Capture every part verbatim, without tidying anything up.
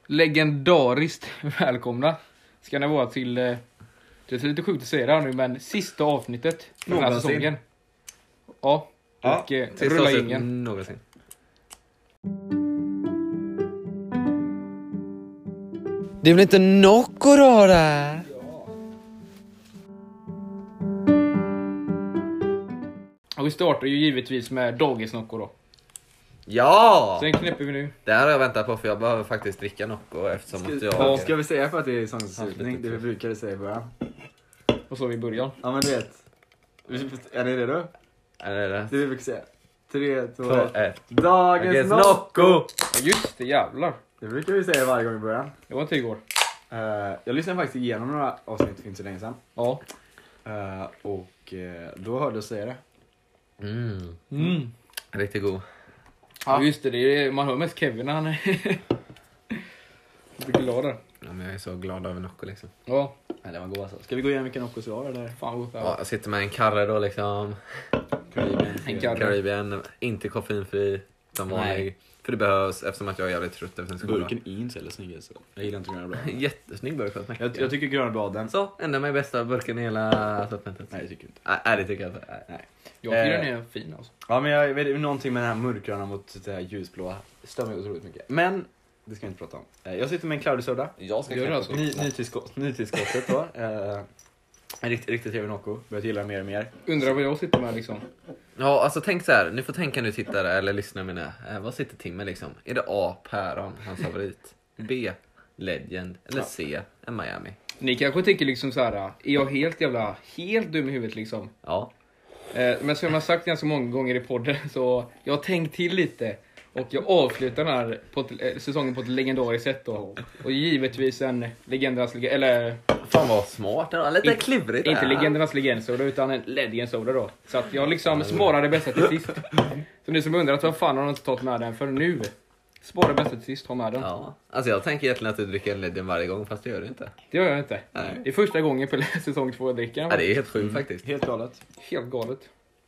legendariskt välkomna ska ni vara till, det är lite sjukt att säga det här nu, men sista avsnittet för den här Någonsin. säsongen. Ja, Ja, och eh, Sista rulla avsnitt ingen. någonsin. Det är väl inte Nocco då där? Och vi startar ju givetvis med dagens Nocco då. Ja! Sen knäpper vi nu. Det här har jag väntat på för jag behöver faktiskt dricka Nocco eftersom att jag... Ska, ska vi säga för att det är sångsutning? Det vi brukade säga i början. Och så i början. Ja men du vet. Är ni redo? Är det det? Det vi brukar säga. Tre, två, Två, ett. ett. Dagens Dagens Nocco! Nocco! Ja, just det, jävlar. Det brukar vi säga varje gång i början. Det var inte igår. Uh, jag lyssnade faktiskt igenom några avsnitt för inte så länge sedan. Ja. Uh, och uh, då hörde jag säga det. Mm. Mm. Riktigt god. Ja, just det, det är, man hör mest Kevin när han är lite glad där. Ja, men jag är så glad över Nocco liksom. Ja, Nej, det var god alltså. Ska vi gå igenom vilka Noccos vi har eller? fan gott det Ja, här. jag sitter med en karre då liksom. Caribbean. En karre. Caribbean, inte koffeinfri, utan vanlig. Nej. För det behövs eftersom att jag är jävligt trött efter en skola. Burken är inte så snygg alltså. Jag gillar inte gröna blad. Jättesnygg burk. Jag, jag tycker gröna bladen. Så, enda med bästa burken i hela sortimentet. Nej, jag tycker inte. Nej, nej, det tycker jag inte. Nej. Nej. Jag tycker Eh. den är fin alltså. Ja, men jag vet någonting med den här mörkgröna mot det här ljusblåa. Stör mig otroligt mycket. Men, det ska vi inte prata om. Eh, Jag sitter med en cloudy soda. Jag ska Gör det knäppa alltså? på- Ny, nytillskott, nytillskottet då. Eh, En riktigt, riktigt trevlig Nocco. Börjat gilla det mer och mer. Undrar vad jag sitter med liksom. Ja, alltså tänk så här. Ni får tänka nu tittare eller lyssnare mina. Eh, vad sitter Tim med liksom? Är det A, Päron, hans favorit? B, Legend? Eller C, en Miami? Ni kanske tänker liksom så här: är jag helt jävla, helt dum i huvudet liksom? Ja. Eh, men som jag har sagt ganska många gånger i podden så jag har tänkt till lite. Och jag avslutar den här på ett, eh, säsongen på ett legendariskt sätt då. Och givetvis en legendernas legend, eller Fan vad smart det var. Lite Inte- klurigt. inte där. legendernas legendsoda utan en legendsoda då. Så att jag liksom sparar det bästa till sist. Så ni som undrar, vad fan har de inte tagit med den för nu? Spara det bästa till sist, ha med den. Ja. Alltså jag tänker egentligen att du dricker en Legend varje gång fast det gör du inte. Det gör jag inte. Nej. Det är första gången på säsong två jag dricker den. Ja, det är helt sjukt faktiskt. Helt galet. Helt galet.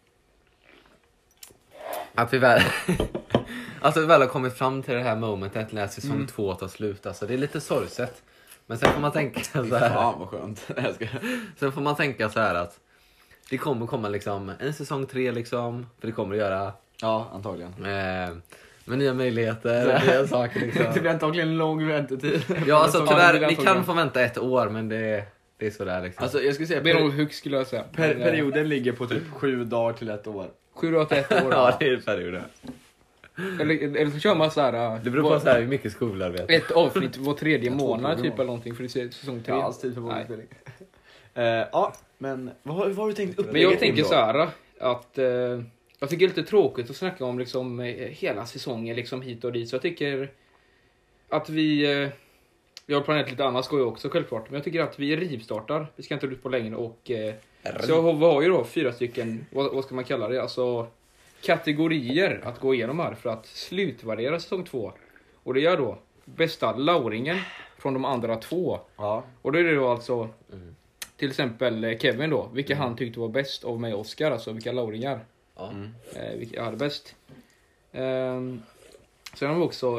Att vi väl... alltså vi väl har kommit fram till det här momentet när säsong Mm. två tar slut. Alltså det är lite sorgset. Men sen får man tänka så här. Ja, vad skönt. Jag ska... Sen får man tänka så här att det kommer komma liksom en säsong tre liksom. För det kommer att göra Ja, antagligen. eh, med nya möjligheter, nya saker Det liksom. blir antagligen en lång väntetid. Ja alltså Ja, det tyvärr, blir ni antagligen. kan få vänta ett år men det, det är sådär liksom. Alltså jag skulle säga Det är nog per, högst skulle jag säga. per, Men, eh, perioden ligger på typ sju dagar till ett år. Sju dagar till ett år. ja det är perioden. Eller, eller så kör man så här. Det beror på så här hur mycket skolarbete. Ett avsnitt var tredje Jag tror månad det typ var. eller någonting för det är säsong tre. Ja, alls tid för Nej. bollspelning. uh, ja, men vad, har- vad har du tänkt upp? Men jag tänker så här att eh, jag tycker det är lite tråkigt att snacka om liksom eh, hela säsongen liksom hit och dit. Så jag tycker att vi eh, jag har planerat lite annat skoj också självklart. Men jag tycker att vi rivstartar. Vi ska inte ut på längre och eh, så jag har, vi har ju då fyra stycken, vad, vad ska man kalla det? Alltså kategorier att gå igenom här för att slutvärdera säsong två. Och det gör då bästa lauringen från de andra två. Ja. Och då är det då alltså Mm. till exempel eh, Kevin då, vilka han tyckte var bäst av mig och Oscar, alltså vilka lauringar Ja. Mm. eh, vilka jag hade bäst. Ehm, sen har vi också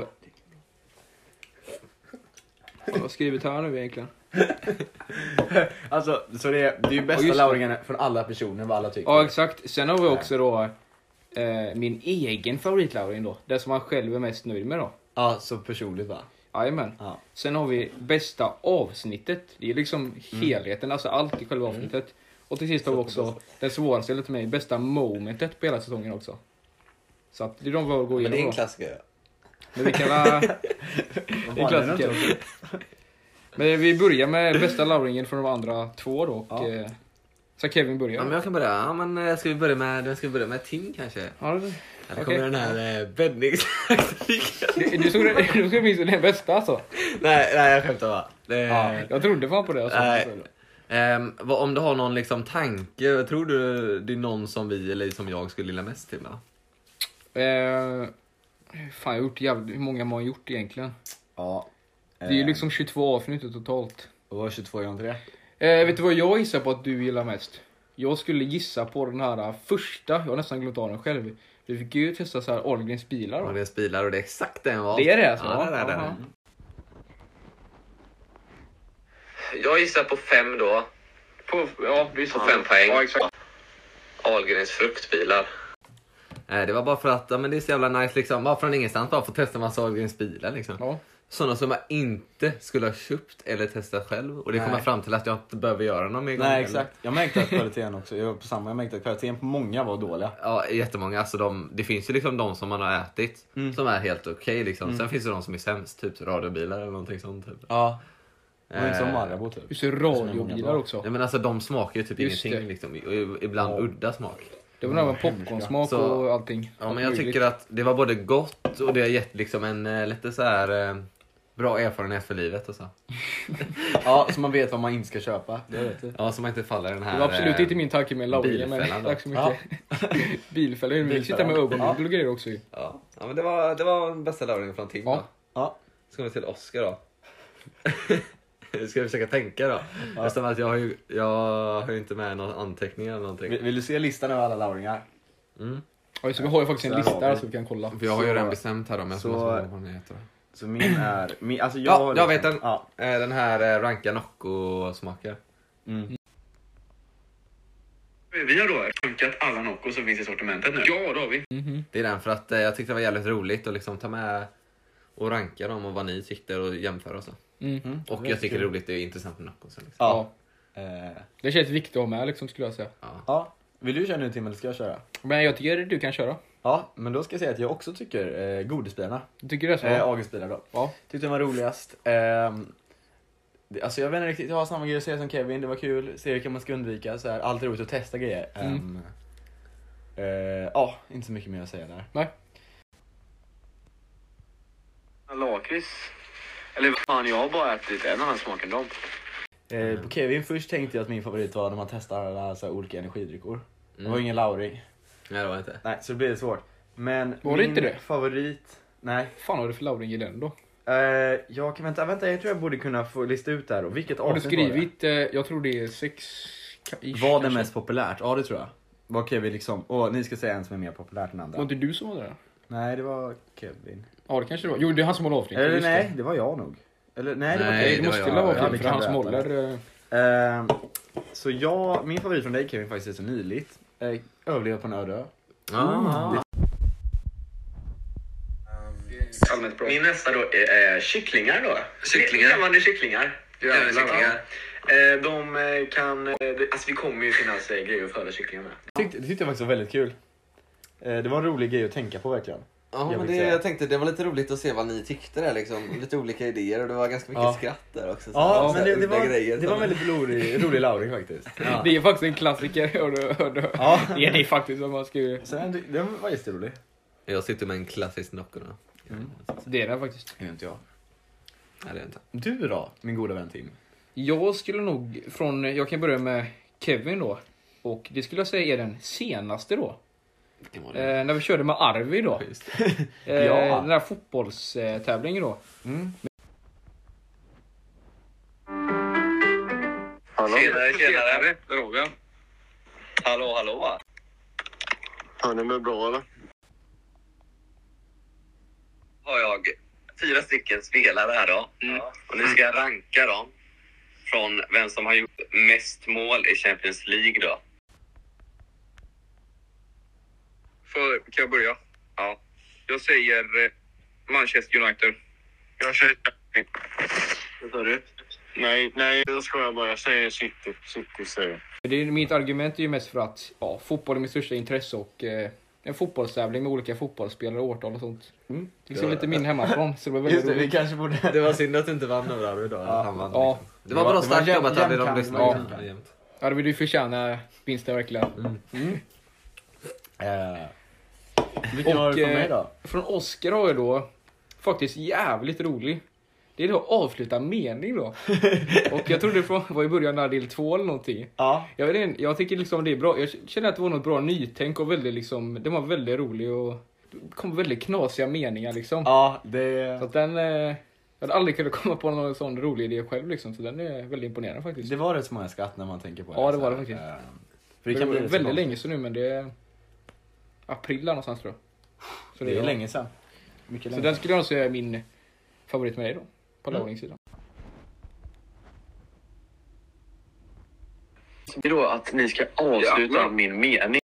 vad har jag skrivit här nu egentligen? Alltså, så det är, det är ju Ja, bästa just det. lauringarna från alla personer, vad alla tycker. Ja exakt, sen har vi också då eh, min egen favoritlauring då, det som man själv är mest nöjd med då. Ja, så personligt va? Jajamän. Ja. Sen har vi bästa avsnittet. Det är liksom helheten, alltså allt i själva avsnittet. Och till sist har vi också den svåraste eller till mig, bästa momentet på hela säsongen också. Så att det är de vi har att gå Men det är igenom en då. klassiker. Men vi kan la... Det är klassiker. Men vi börjar med bästa lauringen från de andra två då. Och, Ja. eh, så Kevin Ja börjar. men jag kan börja. Ja men eh, ska vi börja med, ska vi börja med Tim kanske? Ja, det, Ja, det Okej. kommer den här eh, bäddningstaktiken. du, du såg det, du ska minst den bästa alltså. nej, nej jag skämtar bara. Det, Ja, jag trodde fan på det. Alltså. Nej. Ehm, vad, om du har någon liksom tanke, tror du det är någon som vi eller som jag skulle gilla mest till? Va? Eh, fan, jag har gjort jävligt, hur många har man gjort egentligen? Ja. Det är ju liksom tjugotvå avsnitt totalt. Och var tjugotvå gånger tre. Eh, vet du vad jag gissar på att du gillar mest? Jag skulle gissa på den här första, jag har nästan glömt av den själv. Vi fick ju testa så här Ahlgrens bilar Och då. det är bilar och det är exakt den var. Det är det alltså? Ja, det är det. Aha. jag gissar på fem då. På, ja, visst. På fem poäng. Ja, exakt. Ahlgrens fruktbilar. Nej, det var bara för att ja, men det är så jävla nice liksom. Bara från ingenstans bara få testa massa Ahlgrens bilar liksom. Ja. Sådana som jag inte skulle ha köpt eller testat själv. Och det kommer Nej. fram till att jag inte behöver göra någon mer gång. Nej, eller? exakt. Jag märkte att kvaliteten också, jag var på samma, jag märkte att kvaliteten på många var dåliga. Ja, jättemånga. Alltså de, det finns ju liksom de som man har ätit Mm. som är helt okej liksom. Mm. Sen finns det de som är sämst, typ radiobilar eller någonting sånt. Typ. Ja. Det var inte som Eh, Marabou typ. Just det, radiobilar också. Nej, men alltså de smakar ju typ Just ingenting det. liksom. Och ibland Ja. udda smak. Det var nog popcornsmak Så- och allting. Ja, men jag tycker att det var både gott och det har gett liksom en eh, lite så här eh, bra erfarenhet för livet och så. Ja, så man vet vad man inte ska köpa. Det vet du. Ja, så man inte faller i den här... Det var absolut eh, inte min tanke med Laurie, men bilfällan då. tack så mycket. Bilfällan, vi sitter med ögonbindel och grejer också ju. Ja, ja men det var, det var den bästa lauringen från Tim Ja. då. Ja. Ska vi till Oscar då? Ska vi försöka tänka då? Ja. Eftersom att jag har ju, jag har ju inte med några anteckningar eller någonting. Vill, vill du se listan över alla lauringar? Mm. Ja, så vi har ju faktiskt en Så här lista har där vi. så vi kan kolla. För jag har ju Så- redan bestämt här då, men jag så- måste komma på vad den heter då. Så min är... Min, alltså jag Ja, har jag liksom- vet den. Ja. Eh, Den här eh, ranka Nocco-smaker. Mm. Vi har då funkat alla Nocco som finns i sortimentet nu. Ja, då har vi. Mhm. Det är den för att eh, jag tyckte det var jävligt roligt att liksom ta med och ranka dem och vad ni tyckte och jämföra och så. Mm. Mm. Och Det jag är tycker det kul. är roligt, det är intressant med Nocco. Så liksom. Ja. Ja. Eh, Det känns viktigt att ha med liksom, skulle jag säga. Ja. ja. Vill du köra nu Tim eller ska jag köra? Men jag tycker du kan köra. Ja, men då ska jag säga att jag också tycker eh, godisbilarna. Du tycker det är så? Eh, Augustbilar då. Ja. Tyckte den var roligast. Ehm, det, alltså jag vet inte riktigt, jag har samma grejer att säga som Kevin, det var kul. Se vilka man ska undvika, så här, alltid roligt att testa grejer. Mm. Ehm, eh, Ja, inte så mycket mer att säga där. Nej. Lakrits. Eller vad fan, jag har bara ätit en annan smak än dem. Eh, på Kevin först tänkte jag att min favorit var när man testar alla så här, olika energidryckor. Det var Mm. ingen lauring. Nej, det var inte. Nej, så det blir svårt. Men Var det min inte det? favorit... Nej. Fan har du för lauring i den då? Eh, jag kan vänta, vänta, jag tror jag borde kunna få lista ut där. Och vilket Har du avsnitt var det? skrivit, eh, jag tror det är sex... ish, Var det kanske. mest populärt? Ja, det tror jag. Var Kevin liksom... Åh, ni ska säga en som är mer populärt än andra. Var inte du som var där? Nej, det var Kevin. Ja, det kanske det var. Jo, det är han som håller avsnitt. Eller just nej, det. det var jag nog. Eller nej, det var Nej, Nej, Kevin. det det måste var väl jag. vara Ja, Kevin, det för kan han som du äta. håller... eh, Ehm, så jag, min favorit från dig Kevin faktiskt är så nyligt. Eh, överleva på en öde ö. Ah. Allmänt bra. Min nästa då är äh, kycklingar då. Kycklingar? Levande kycklingar. Levande kycklingar. Eh, de eh, kan... Eh, det- alltså vi kommer ju finnas eh, grejer att föda kycklingar med. Det tyckte, det tyckte jag faktiskt var väldigt kul. Eh, det var en rolig grej att tänka på verkligen. Ja, Jag men vill det, säga. jag tänkte det var lite roligt att se vad ni tyckte där liksom. Lite olika idéer och det var ganska mycket Ja. skratt där också. Så Ja, så men här det, det, udda var, grejer det var som- en väldigt rolig, rolig lauring faktiskt. Ja. Det är faktiskt en klassiker, hör du, hör du. Ja. Det är det faktiskt som man ska ju... Så den, den var jätterolig. Jag sitter med en klassisk Nocco då. Mm. Det är det faktiskt. Det är inte jag. Nej, det är inte. Du då, min goda vän Tim? Jag skulle nog från, jag kan börja med Kevin då. Och det skulle jag säga är den senaste då. Det var det. Eh, när vi körde med Arvi då. Ja, just det. Eh, Ja. Den där fotbollstävlingen då. Mm. Tjenare, tjenare. Roger. Hallå, hallå. Hör ni mig bra eller? Har jag fyra stycken spelare här då. Och nu ska jag ranka dem. Från vem som har gjort mest mål i Champions League då. För, kan jag börja? Ja. Jag säger eh, Manchester United. Jag säger... Vad sa du? Nej, nej, jag skojar bara. Jag säger City. City säger jag. Det är, mitt argument är ju mest för att ja, fotboll är mitt största intresse och eh, en fotbollstävling med olika fotbollsspelare, årtal och sånt. Mm. Det är liksom lite min hemmaplan, så det var väldigt Just det, vi roligt. kanske borde... Det var synd att du inte vann över Arvid idag. Ja. Han vann, Ja. liksom. Det var bra Det var starkt jäm- jobbat Arvid, de jämnkamp, lyssnade. det var Ja, jämnkamp. jämnt. Ja, det vill du förtjäna vinsten verkligen. Mm. Eh, vilken har Och, du från mig eh, då? Från Oscar har jag då faktiskt jävligt rolig. Det är då avsluta mening då. Och jag trodde det var i början när del två eller någonting. Ja. Jag, vet inte, jag tycker liksom det är bra. Jag känner att det var något bra nytänk och väldigt liksom, det var väldigt rolig och det kom väldigt knasiga meningar liksom. Ja, Så det... att den, eh, jag hade aldrig kunnat komma på någon sån rolig idé själv liksom. Så den är väldigt imponerande faktiskt. Det var rätt så många skatt när man tänker på det. Ja, det så var här. det faktiskt. Eh, För det det kan bli var rätt så väldigt konstigt. länge så nu, men det är april där någonstans tror jag. Så Det är ja. länge sedan. Mycket Så länge den sedan. skulle jag nog säga är min favorit med dig då. På Mm. lageringssidan. Det är då att ni ska avsluta Ja. min mening.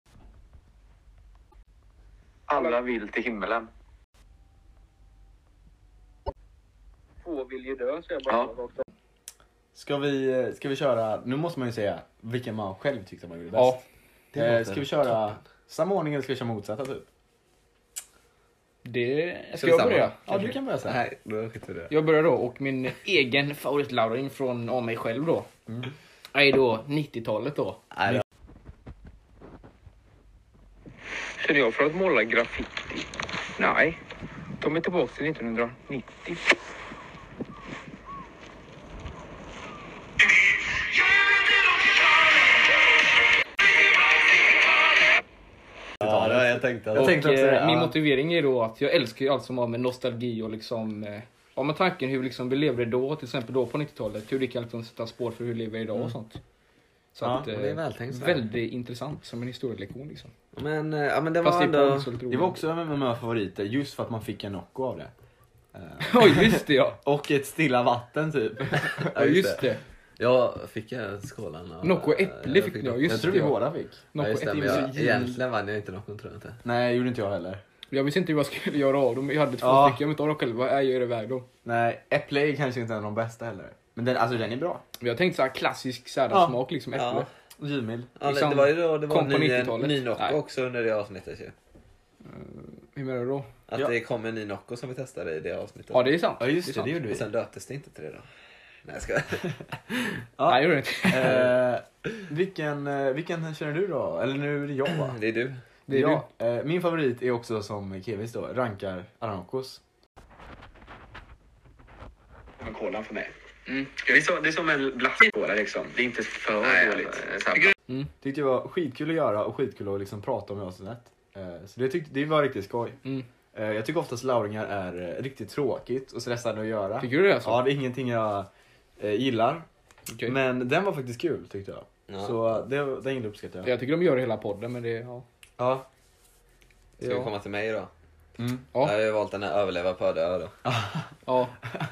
Alla vill till himmelen. Få vill ju dö, så jag bara... Ja. Ska vi, ska vi köra, nu måste man ju säga vilken man själv tyckte man gjorde bäst. Ja, Det Eh, låter ska vi köra toppen. samma ordning eller ska vi köra motsatta typ? det... Ska vi jag samma? börja? Ja, du kan börja säga. Nej, då skiter vi det. Jag börjar då, och min egen favoritlauring från av mig själv då Mm. är då nittiotalet då. Nej, Känner jag för att måla graffiti? Nej. Ta mig tillbaka till nittonhundranittio. ja, jag tänkte att... Jag Och tänkte också eh, det, min ja. motivering är då att jag älskar ju allt som har med nostalgi och liksom... Eh, ja, med tanken hur liksom vi levde då, till exempel då på nittiotalet. Hur det kan liksom sätta spår för hur vi lever idag och sånt. Så Ja, att, det är vältänkt så här. väldigt intressant som en historielektion liksom. Men, eh, ja, men det Fast var det är ändå... på så lite Det var också en av mina favoriter just för att man fick en Nocco av det. Eh, Oj, just det ja. och ett stilla vatten typ. Ja, just det. Jag fick jag skålan av... Nocco äpple fick ni, ja, just Jag tror vi det. båda fick. Ja, Nocco just det, ett men jag, så gin- egentligen vann jag inte Nocco, tror jag inte. Nej, gjorde inte jag heller. Jag visste inte vad jag skulle göra av dem. Jag hade två Ja. stycken, jag vet inte om de själva. Jag gör iväg dem. Nej, äpple är kanske inte en av de bästa heller. Men den, alltså den är bra. Men jag tänkte så här klassisk så här Ja. smak liksom, äpple. Ja. Givmild. Ja, Liksom, det var ju då det var kom på ny, nittiotalet. ny Nocco Nej. också under det avsnittet ju. Hur menar du då? Att Ja. det kom en ny Nocco som vi testade i det avsnittet. Ja, det är sant. Ja just det, sant. det gjorde vi. Och sen döptes det inte till det då. Nej, jag ska. Ja. Nej, det gjorde det inte. Eh, vilken, eh, vilken känner du då? Eller nu är det jag va? Det är du. Det är ja, eh, min favorit är också som Kevis då, rankar Araucos. Med kolan för mig. Mm. Det är, så, det är som en blaskkola liksom. Det är inte för Nej, dåligt. så här, Tyckte det var skitkul att göra och skitkul att liksom prata om i avsnittet. Eh, så det, tyckte, det var riktigt skoj. Mm. Eh, jag tycker oftast lauringar är eh, riktigt tråkigt och stressande att göra. Tycker du det alltså? Ja, det är ingenting jag eh, gillar. Okej. Men den var faktiskt kul tyckte jag. Ja. Så det, den uppskattar jag. Jag tycker de gör hela podden, men det... Ja. Ja. Ska vi Ja. komma till mig då? Mm. Jag Ja. har ju valt den här överleva på öde ö då. Ja.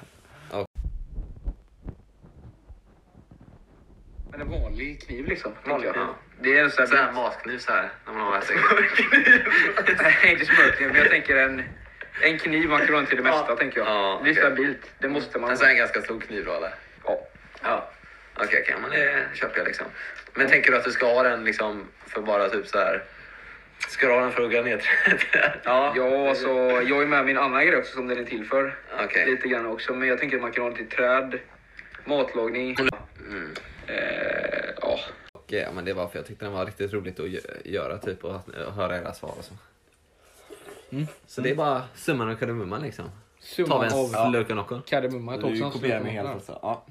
Men en vanlig kniv liksom. Vanlig tänker jag. kniv. Det är en sån så här här... matkniv så här när man har det. Nej, inte smörkniv. Men jag tänker en, en kniv man kan använda till det mesta, tänker jag. Ja, Det är okej. stabilt. Det måste man En sån här ganska stor kniv då eller? Ja. Ja. Okej, okay, kan man det köper jag liksom. Men tänker du att du ska ha den liksom för bara typ så här? Ska du ha den för att hugga ner trädet? Ja, ja så jag är med min annan grej också som den är till för. Okej. Lite grann också. Men jag tänker att man kan ha den till träd, matlagning. Mm. Eh, ja. Och, ja, men det var för jag tyckte den var riktigt roligt att gö- göra typ och, att, och höra era svar och så. Mm. Så det är bara summan och kardemumman liksom. Tar vi Summan en av ja. slurk av Nocco? kardemumma. Jag tar också Du en kopierar slurk mig av helt den. alltså.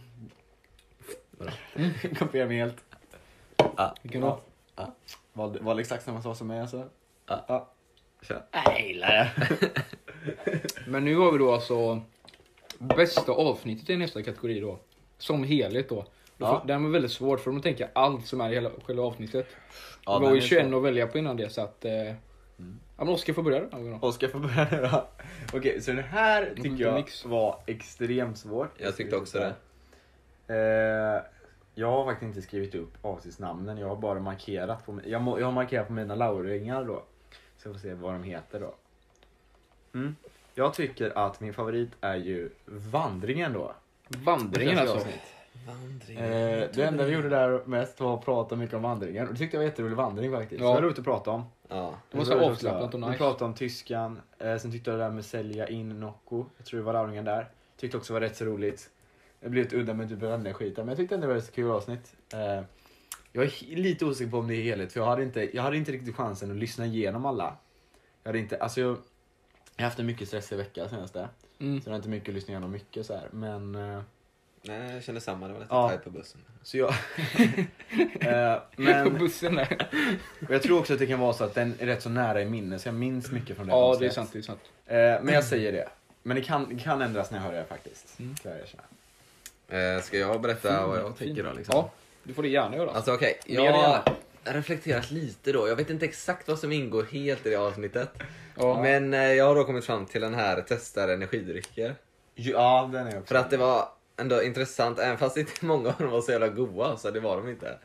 Ja. kopierar mig helt. Ja. Vilken då? Ja. Valde, valde exakt samma svar som mig alltså. Ja. Ja. Kör. Jag gillar det. Men nu har vi då alltså bästa avsnittet i nästa kategori då. Som helhet då. Ja. Den var väldigt svårt för de tänker allt som är i hela själva avsnittet. Ja, det var den ju är tjugoett svår. att välja på innan det så att... Eh, ja men Oskar får börja då. då. Oskar får börja nu då. Okej, så det här tycker lite jag mix. var extremt svårt. Jag tyckte också det. Eh, jag har faktiskt inte skrivit upp avsnittsnamnen. Jag har bara markerat på, jag, må, jag har markerat på mina lauringar då. Så jag får se vad de heter då. Mm. Jag tycker att min favorit är ju vandringen då. Vandringen Första alltså. avsnitt. Vandring. Eh, det enda vi gjorde där mest var att prata mycket om vandringen. Och det tyckte jag var jätterolig vandring faktiskt. Ja. Så det var roligt att prata om. Ja. Det var så roligt avslappnat och Vi nice. pratade om tyskan. Eh, sen tyckte jag det där med sälja in Nocco. Jag tror det var lauringen där. Tyckte också var rätt så roligt. Det blev ett udda med typ av skit. Men jag tyckte ändå det var ett kul avsnitt. Eh, jag är he- lite osäker på om det är helhet. För jag hade inte, jag hade inte riktigt chansen att lyssna igenom alla. Jag hade inte, alltså jag, jag har haft en mycket stressig vecka senaste. Mm. Så jag har inte mycket att lyssna igenom mycket så här. Men... Eh, Nej, jag kände samma. Det var lite Ja. tajt på bussen. så jag... eh, På men bussen där. och jag tror också att det kan vara så att den är rätt så nära i minne. Så jag minns mycket från det Ja, det är avsnittet. sant, det är sant. Eh, men jag säger det. Men det kan, det kan ändras när jag hör det faktiskt. Mm. Ska jag erkänna. Eh, ska jag berätta vad jag Fin. tycker då liksom? Ja, du får det gärna göra. Alltså okej, Mer jag gärna. har reflekterat lite då. Jag vet inte exakt vad som ingår helt i det avsnittet. Ja. Men eh, jag har då kommit fram till den här testar energidrycker. Ja, den är också. För att det var ändå intressant, även fast inte många av dem var så jävla goda, så det var de inte.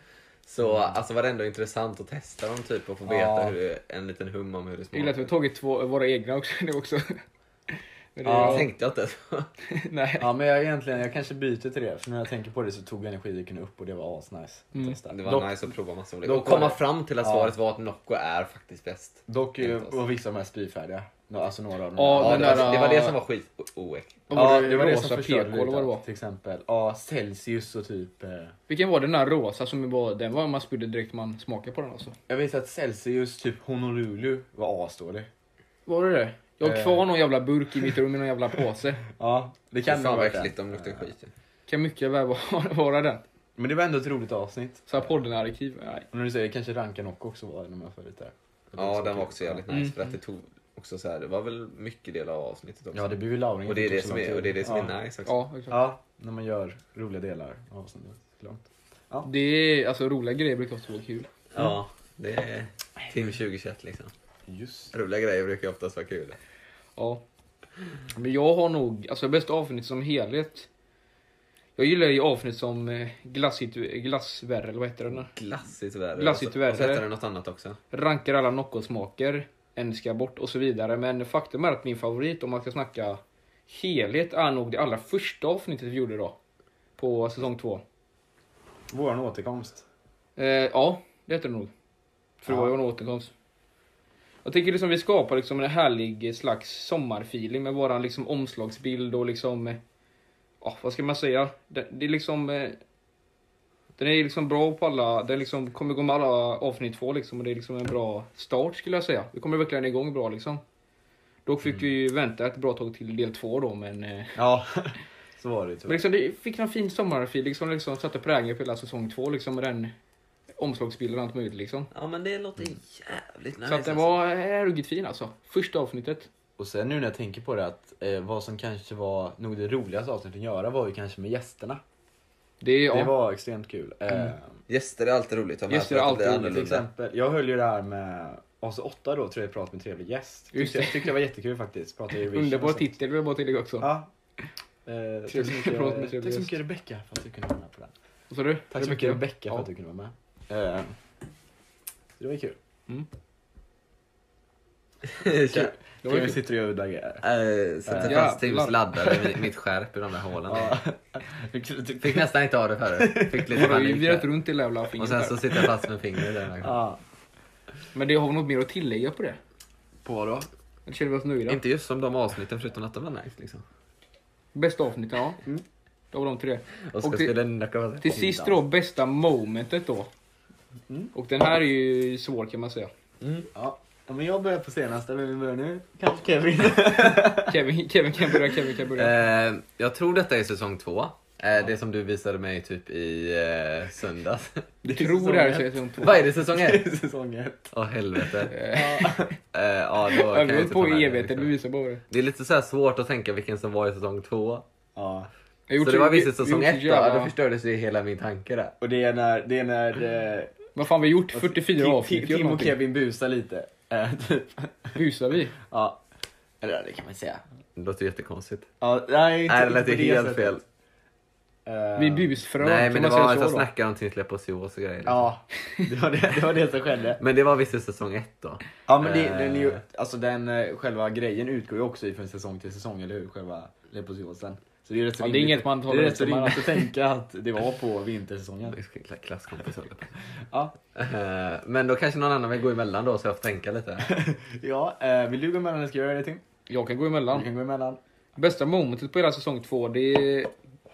Så alltså var det ändå intressant att testa dem typ och få veta Ja. hur det, en liten hum om hur det Jag gillar att vi smakar. har tagit två, våra egna också. Det också. Men det, Ja, Jag tänkte jag inte så. nej. Ja, men jag egentligen, jag kanske byter till det. För när jag tänker på det så tog energidrycken upp och det var asnice. Mm. Testa. Det var dock, nice att prova massa olika. dock Och komma var det- fram till att Ja. svaret var att Nocco är faktiskt bäst. dock ju- Enligt oss. var vissa av de här spyfärdiga. No, alltså några av dem. Ja, Ja, den det, var, där, det var det som var skit oäckligt. Vad var Ja, det, det var det rosa som förstörde P K eller vad det var? Till exempel. Ja, Celsius och typ... Eh, Vilken var den där rosa som var, den var man spydde direkt man smakade på den alltså. jag vet att Celsius, typ Honolulu, var asdålig. Var det det? Jag har Eh. kvar någon jävla burk i mitt rum i någon jävla påse. Ja, det Kan kan fan nog vad vara äckligt det. om luktar skit. Kan mycket väl vara, vara den. Men det var ändå ett roligt avsnitt. Så här podden är arkiv. Nej. Och när du säger kanske Ranka Nocco också var en av mina favoriter. Ja, den var också jävligt nice Mm. för att det tog också så här, det var väl mycket del av avsnittet också. Ja, det blir ju lauring. och det är det som är, och det är, det som ja. är nice också. Ja, exakt. Ja, när man gör roliga delar av avsnittet. Klart. Det är, alltså roliga grejer brukar också vara kul. Ja, det är Tim tjugo tjugoett liksom. Just. Roliga grejer brukar oftast vara kul. Ja. Men jag har nog, alltså bästa avsnitt som helhet. Jag gillar ju avsnitt som eh, glassigt, glassvärre, eller vad heter den? Glassigt värre. Glassigt Och så- värre. Och så heter det något annat också. Rankar alla Nocco-smaker, en ska bort och så vidare. Men faktum är att min favorit om man ska snacka helhet är nog det allra första avsnittet vi gjorde då. På säsong två. Våran återkomst. Eh, ja, det heter det nog. För det Ja. var ju en återkomst. Jag tycker liksom vi skapar liksom en härlig slags sommarfeeling med våran liksom omslagsbild och liksom... eh, Ja, vad ska man säga? Det, det är liksom... eh, Den är liksom bra på alla... Den liksom kommer gå med alla avsnitt två liksom. Och det är liksom en bra start skulle jag säga. Vi kommer verkligen igång bra liksom. Dock fick vi ju vänta ett bra tag till del två då, men... eh, Ja, så var det Men tyvärr. liksom, det fick en fin sommarfil liksom, liksom satte prägen på hela säsong två liksom med den omslagsbilden och allt möjligt liksom. Ja, men det låter jävligt nice. Så att den var eh, ruggigt fin alltså. Första avsnittet. Och sen nu när jag tänker på det att eh, vad som kanske var nog det roligaste avsnittet att göra var ju kanske med gästerna. Det är, Det ja, var extremt kul. Eh, Gäster är alltid roligt. att ha med Gäster för är att det blir alltid till annorlunda. exempel, jag höll ju det här med A C åtta då, tror jag, prat med en trevlig gäst. Just Tyckte, det. jag tyckte det var jättekul faktiskt. Pratade Eurovision och underbar sånt. titel vill jag bara tillägga också. Ja. Eh, tack så Trevlig- mycket, prat med tack trevlig så gäst. mycket Rebecca för att du kunde vara med på den. Vad sa du? Tack så mycket Rebecca för Ja. att du kunde vara med. Eh, det var ju kul. Kör. Det var ju Kevin kul. sitter och gör udda grejer. Äh, Sätter Ja, fast Tims jävlar. laddare i mitt skärp i de där hålen. Ja. Fick nästan inte ha det förut. Fick lite Jag har ju panik virat där. runt i jävla Och fingret sen där. så sitter jag fast med fingret där. Ja. Men det har vi något mer att tillägga på det? På vad då? Eller känner vi oss nöjda? Inte just som de avsnitten förutom att de var nice liksom. Bästa avsnittet, ja. Mm. Då var de tre. Och ska Och till- spela en nacka. Till sist då, bästa momentet då. Mm. Och den här är ju svår kan man säga. Ja. Ja, men jag börjar på senaste, men vi börjar nu. Kanske Kevin. Kevin, Kevin kan börja, Kevin kan börja. Eh, jag tror detta är säsong två. Eh, det som du visade mig typ i eh, söndags. Du tror det här är säsong två. Vad är det, säsong ett? Säsong ett. Åh helvete. Eh, Eh, ja, då Jag kan har jag gått inte på ta med i det, evigheten, liksom. du visar bara det. Det är lite så här svårt att tänka vilken som var i säsong två. Ja. Jag har gjort Så det var vi- visst vi säsong gjort ett då, jävla- då förstördes ju hela min tanke där. Och det är när, det är när eh, Vad fan vi har gjort? fyrtiofyra Tim- avsnitt. Tim, gör Tim och någonting. Kevin busar lite. Eh, typ. Busar vi? Ja. Eller det kan man säga. Det låter jättekonstigt. Ja, nej, inte, Nej, det inte lät på ju helt sättet. fel. Eh, Vi är busfrön. Nej, kan men det man var säga att jag så då? snackade om sin släpposios och grejer. liksom. Ja, det var det, det var det som skedde. Men det var visst i säsong ett då. Ja, men det, Eh. den är ju, alltså den eh, själva grejen utgår ju också från säsong till säsong, eller hur? Själva leposiosen. Så det är rätt så Ja, det är rimligt- inget man tar det är med rätt så som man- rimligt att tänka att det var på vintersäsongen. Klasskompis håller på. Ja. Eh, Men då kanske någon annan vill gå emellan då så jag får tänka lite. Ja, eh, vill du gå emellan eller ska jag göra det till? Jag kan gå Du emellan. kan gå emellan. Bästa momentet på hela säsong två, det är...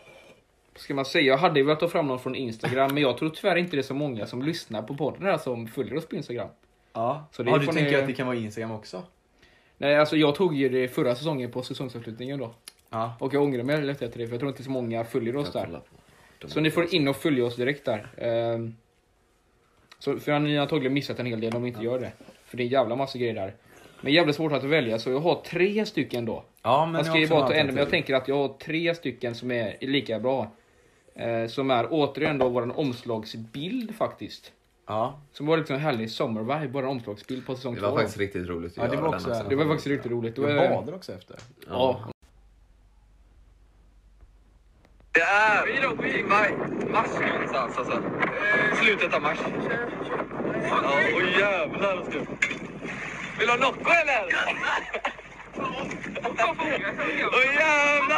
Ska man säga, jag hade ju velat ta fram någon från Instagram, men jag tror tyvärr inte det är så många som lyssnar på podden här som följer oss på Instagram. Ja, Så det ja är du från tänker er- att det kan vara Instagram också? Nej, alltså jag tog ju det förra säsongen på säsongsavslutningen då. Ja. Och jag ångrar mig lite efter det, för jag tror inte så många följer oss där. De- Så ni får in och följa oss direkt där. Ehm, Så för ni har antagligen missat en hel del om ni inte gör det. För det är en jävla massa grejer där. Men jävligt svårt att välja, så jag har tre stycken då. Ja, men Jag ska ju bara ta en, men jag tänker att jag har tre stycken som är lika bra. Eh, som är återigen då vår omslagsbild faktiskt. Ja, Som var liksom en härlig sommarvibe, bara en omslagsbild på säsong Det två. var faktiskt riktigt roligt att Ja, det göra var den också- Det var faktiskt riktigt roligt. Då jag är- badar också efter. Ja. Det är i maj, mars någonstans alltså. Slutet av mars. Ja, åh jävlar vad kul. Vill du ha Nocco eller? Åh jävlar!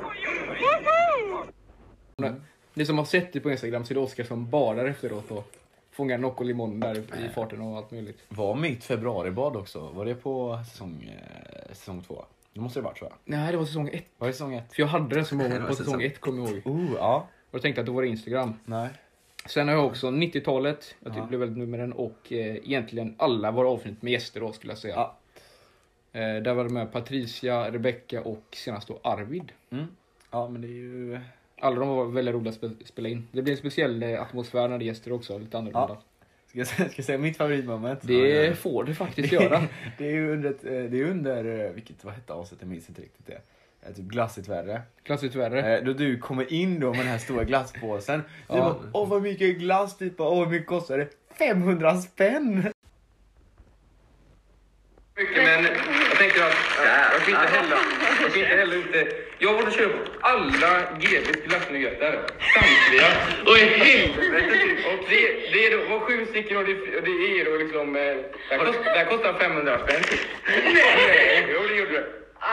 Ni som har sett det på Instagram så är det Oskar som badar efteråt och fångar Nocco limon där i farten och allt möjligt. Var mitt februaribad också? Var det på säsong, eh, säsong två? Det måste det varit, tror jag. Nej, det var säsong ett. Var det säsong ett? För jag hade den som Det mål var på säsong. säsong ett, kommer jag ihåg. Oh, ja. Och jag tänkte att det var Instagram. Nej. Sen har jag också nittiotalet. Jag tyckte Ja. det blev väldigt nöjd med den. Och eh, egentligen alla var avsnitt med gäster då, skulle jag säga. Ja. Eh, där var det med Patricia, Rebecca och senast då Arvid. Mm. Ja, men det är ju... Alla de var väldigt roliga att spe- spela in. Det blir en speciell eh, atmosfär när det är gäster också, lite annorlunda. Ja. Ska jag, säga- ska jag säga mitt favoritmoment? Det får det faktiskt göra. Det är ju under, ett, eh, det är under eh, vilket, vad hette avsnittet, jag minns inte riktigt det. Eh, Typ glassigt värre. Klassiskt värre. Eh, då du kommer in då med den här stora glasspåsen. Du Ja. bara, åh vad mycket glass, typ, åh hur mycket kostar det? femhundra spänn! Mycket, men jag tänker att jag ska inte heller, jag ska inte heller inte. Jag borde köpa alla G B:s glassnyheter. Samtliga. Och i helvete typ. Och det, det är då, var sju stycken och det, och det är då liksom, eh, det här kostar, det här kostar femhundra spänn typ. Nej! Jo, det gjorde det.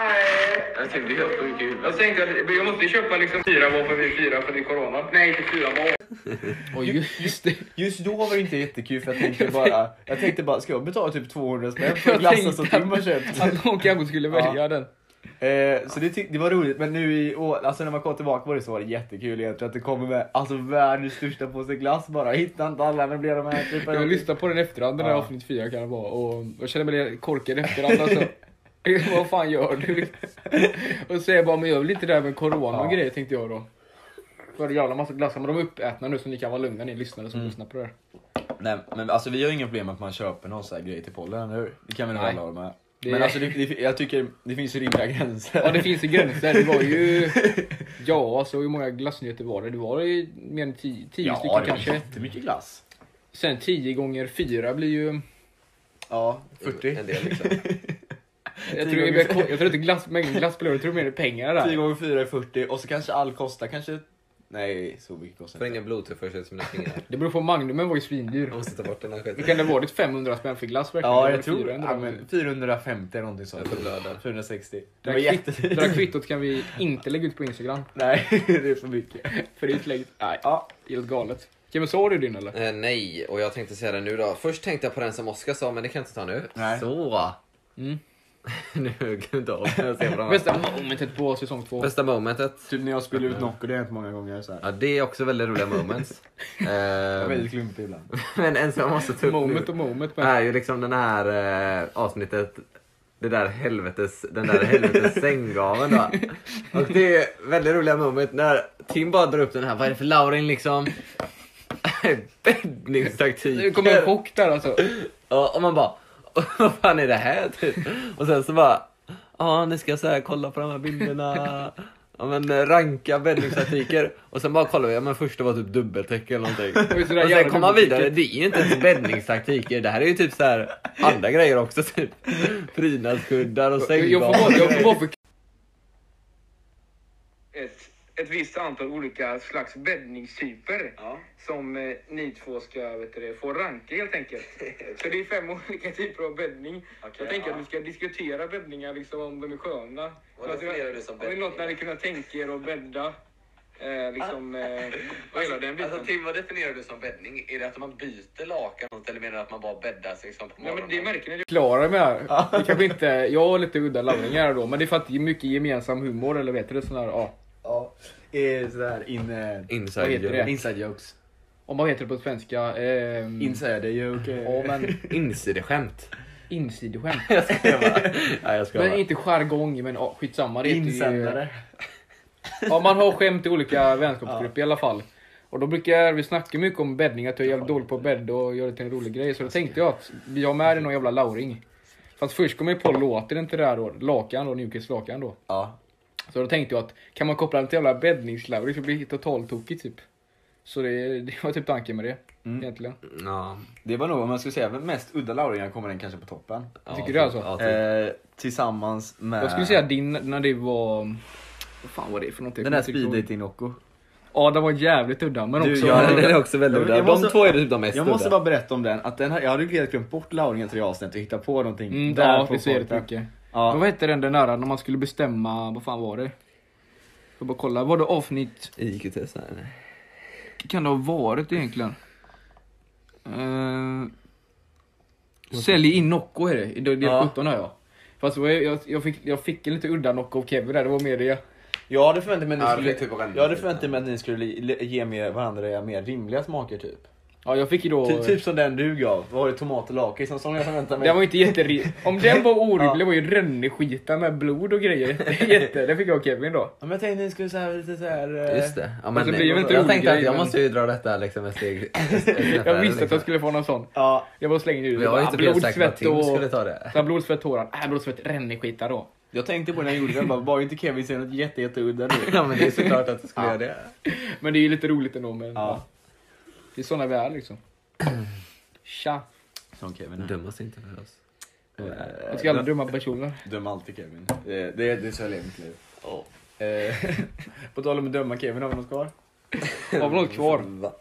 Jag tänkte helt sjukt kul. Jag tänkte att jag måste köpa liksom fyra var för vi fyra för det är corona. Nej, inte fyra var. Och just det. Just då var det inte jättekul för jag tänkte bara, jag tänkte bara, ska jag betala typ tvåhundra spänn för Jag glassen som tänkte Tim har köpt? att någon kanske skulle välja Ja. den. Eh, så det, tyck- det var roligt, men nu i år, alltså när man kom tillbaka var det så var det jättekul egentligen att det kommer med alltså världens största påse glass bara. Hittar inte alla, men blir de här typ. Jag lyssnade på den efterhand, den där Ja. avsnitt fyra kan det vara. Och jag kände mig lite korkad efterhand alltså. Vad fan gör du? Och så säger jag bara, men jag vill inte det där med corona och Ja. grejer, tänkte jag då. För det jävla massa glassar, men de är uppätna nu så ni kan vara lugna, ni lyssnare som Mm. lyssnar på det här. Nej, men alltså vi har inga problem med att man köper någon sån här grej till podden, eller hur? Det kan vi nog Nej. alla hålla med. Det- Men alltså det, det, jag tycker det finns ju rimliga gränser. Ja, det finns ju gränser. Det var ju... Ja, så hur många glassnyheter var det? Det var ju mer än tio, tio Ja, stycken det kanske. var jättemycket glass. Sen tio gånger fyra blir ju... Ja, fyrtio. En del liksom. Jag Tio tror, gånger jag, jag tror inte glass, mängden glass spelar, jag tror mer det är pengarna tio där. gånger fyra är fyrtio och så kanske all kostar kanske... Nej, så mycket kostar Får inte. ingen bluetooth-försäljning som mina fingrar. Det beror på, Magnumen var ju svindyr. Jag måste ta bort den här Det skiten. kan det ha varit femhundra spänn för glass verkligen? Ja, Eller jag tror fyrahundra. ja, men fyrahundrafemtio eller någonting sånt. Jag förblöder. fyrahundrasextio. Det Det var där kvitt- jättedyrt. det där kvittot kan vi inte lägga ut på Instagram. Nej, det är för mycket. För det är utlägg. Nej, Ja, det är helt galet. Kevin, sa du din eller? Eh, nej, och jag tänkte säga det nu då. Först tänkte jag på den som Oskar sa, men det kan jag inte ta nu. Nej. Så. Mm. Nu gud då. Jag ser på de här. Bästa momentet på säsong två. Bästa momentet. typ när jag spelar ut Nocco, det har hänt många gånger så här. Ja, det är också väldigt roliga moments. Det är eh, väldigt klumpigt ibland. men en som jag måste ta upp Moment nu och moment. Men... är ju liksom den här eh, avsnittet. Det där helvetes, den där helvetes sänggaven då. Och det är väldigt roliga moment när Tim bara drar upp den här. Vad är det för Laurin liksom? Bäddningstaktik. Det kommer en chock där alltså. Ja, och man bara, vad fan är det här typ? Och sen så bara, ja ni ska så här kolla på de här bilderna. Ja men eh, ranka bäddningstaktiker. Och sen bara kollar vi, ja men första var typ dubbeltäcke eller någonting. Oj, så där Och sen jävla kommer man vidare, dubbeltäcke. det är ju inte ens bäddningstaktiker. Det här är ju typ så här andra grejer också typ. Prydnadsskuddar och Jag sänggav. får bara, jag får bara för... Ett, ett visst antal olika slags bäddningstyper. Ja. Som eh, ni två ska vet du, det, få ranka helt enkelt. Så det är fem olika typer av bäddning. jag tänker ja. att vi ska diskutera bäddningar, liksom, om de är sköna. Vad Något- definierar du som Om det är bäddning? något när ni kunna tänka er att bädda. Eh, liksom, eh, och hela den biten. Alltså Tim, vad definierar du som bäddning? Är det att man byter lakan eller menar du att man bara bäddar sig liksom på Nej, men det märker ni. Klara med här. Det kanske inte... Jag har lite udda laddningar då, men det är för att det är mycket gemensam humor, eller vet du, sån här, ja. Ja. Är sådär in, eh, Inside Vad heter joke. det? inside jokes. Om vad heter det på svenska? Ehm, Insider joke. Ja, men Insideskämt. insideskämt. Jag ska bara. Nej, jag ska Men bara. inte jargong, men ja, skitsamma. Det heter ju- Insändare. Ja, man har skämt i olika vänskapsgrupper i alla fall. Och då brukar vi snacka mycket om bäddning, att jag är jävligt dålig på bädd och gör det till en rolig grej. Så då tänkte jag att vi har med det någon jävla lauring. Fast först kom jag på, låter det inte det där då? Lakan då, Newcastle lakan då. Ja. Så då tänkte jag att kan man koppla den till jävla bäddningslauring så blir det totalt tokigt typ. Så det, det var typ tanken med det, Mm. egentligen. Ja. Det var nog, om man skulle säga mest udda lauringar kommer den kanske på toppen. Ja, Tycker du alltså? Ja, typ. Eh, tillsammans med Jag skulle säga din, när det var... Vad fan var det för någonting? den där Jag tyckte det var- speeddating Nocco. Ja, den var jävligt udda. Men Du, också... Ja, den är också väldigt Jag- udda. jag De måste- två är typ de mest Jag måste udda. bara berätta om den. Att den här, jag hade helt glömt bort lauringen till avsnitt och hitta på någonting. Mm, där ja, på vi ser det porten. mycket. Ja. Vad hette den där nära när man skulle bestämma, vad fan var det? Jag bara kolla, var det avsnitt, I Q-test här. kan det ha varit egentligen? Uh, Sälj in Nocco är det, i del Ja. sjutton har jag. Fast jag, jag, jag, fick, jag fick en lite udda Nocco av Kevin där, det var mer det. Jag hade förväntat mig att ni Ja, det skulle, fick typ vara jag hade förväntat mig att ni skulle li- ge mer varandra mer rimliga smaker typ. Ja, jag fick ju då... Ty, typ som den du gav. Vad var det? Tomat och lakrits som sån jag förväntade mig. Den var inte jätterig. Om den var orimlig, det var ju rönneskitar med blod och grejer. Jätte, jätte. Det fick jag av Kevin då. Ja, men jag tänkte att ni skulle säga lite så här. eh, Just det. Ja, men Men så blir det ju inte jag rolig tänkte att grej, jag men- måste ju dra detta liksom ett steg. Jag visste att jag skulle få någon sån. Ja, Jag bara slängde ut det. Jag var ju Bara, inte helt säker på att blodsvett Tim och... skulle ta det. Så här, blodsvett, tårar. Äh, blodsvett, ränneskitar då. jag tänkte på när jag gjorde den. Bara, var inte Kevin säger något jätte, jätte udda nu? Ja, men det är såklart att du skulle Ja. göra det. Men det är ju lite roligt ändå. Men, Ja. ja. Det är såna vi är liksom. Tja. Som Kevin är. Dömas inte för oss. Eh, Jag ska aldrig döma personer. Döm alltid Kevin. Det, det, det är så jag lever mitt liv. Eh, på tal om att döma Kevin, har vi något kvar? Har vi något kvar? Va?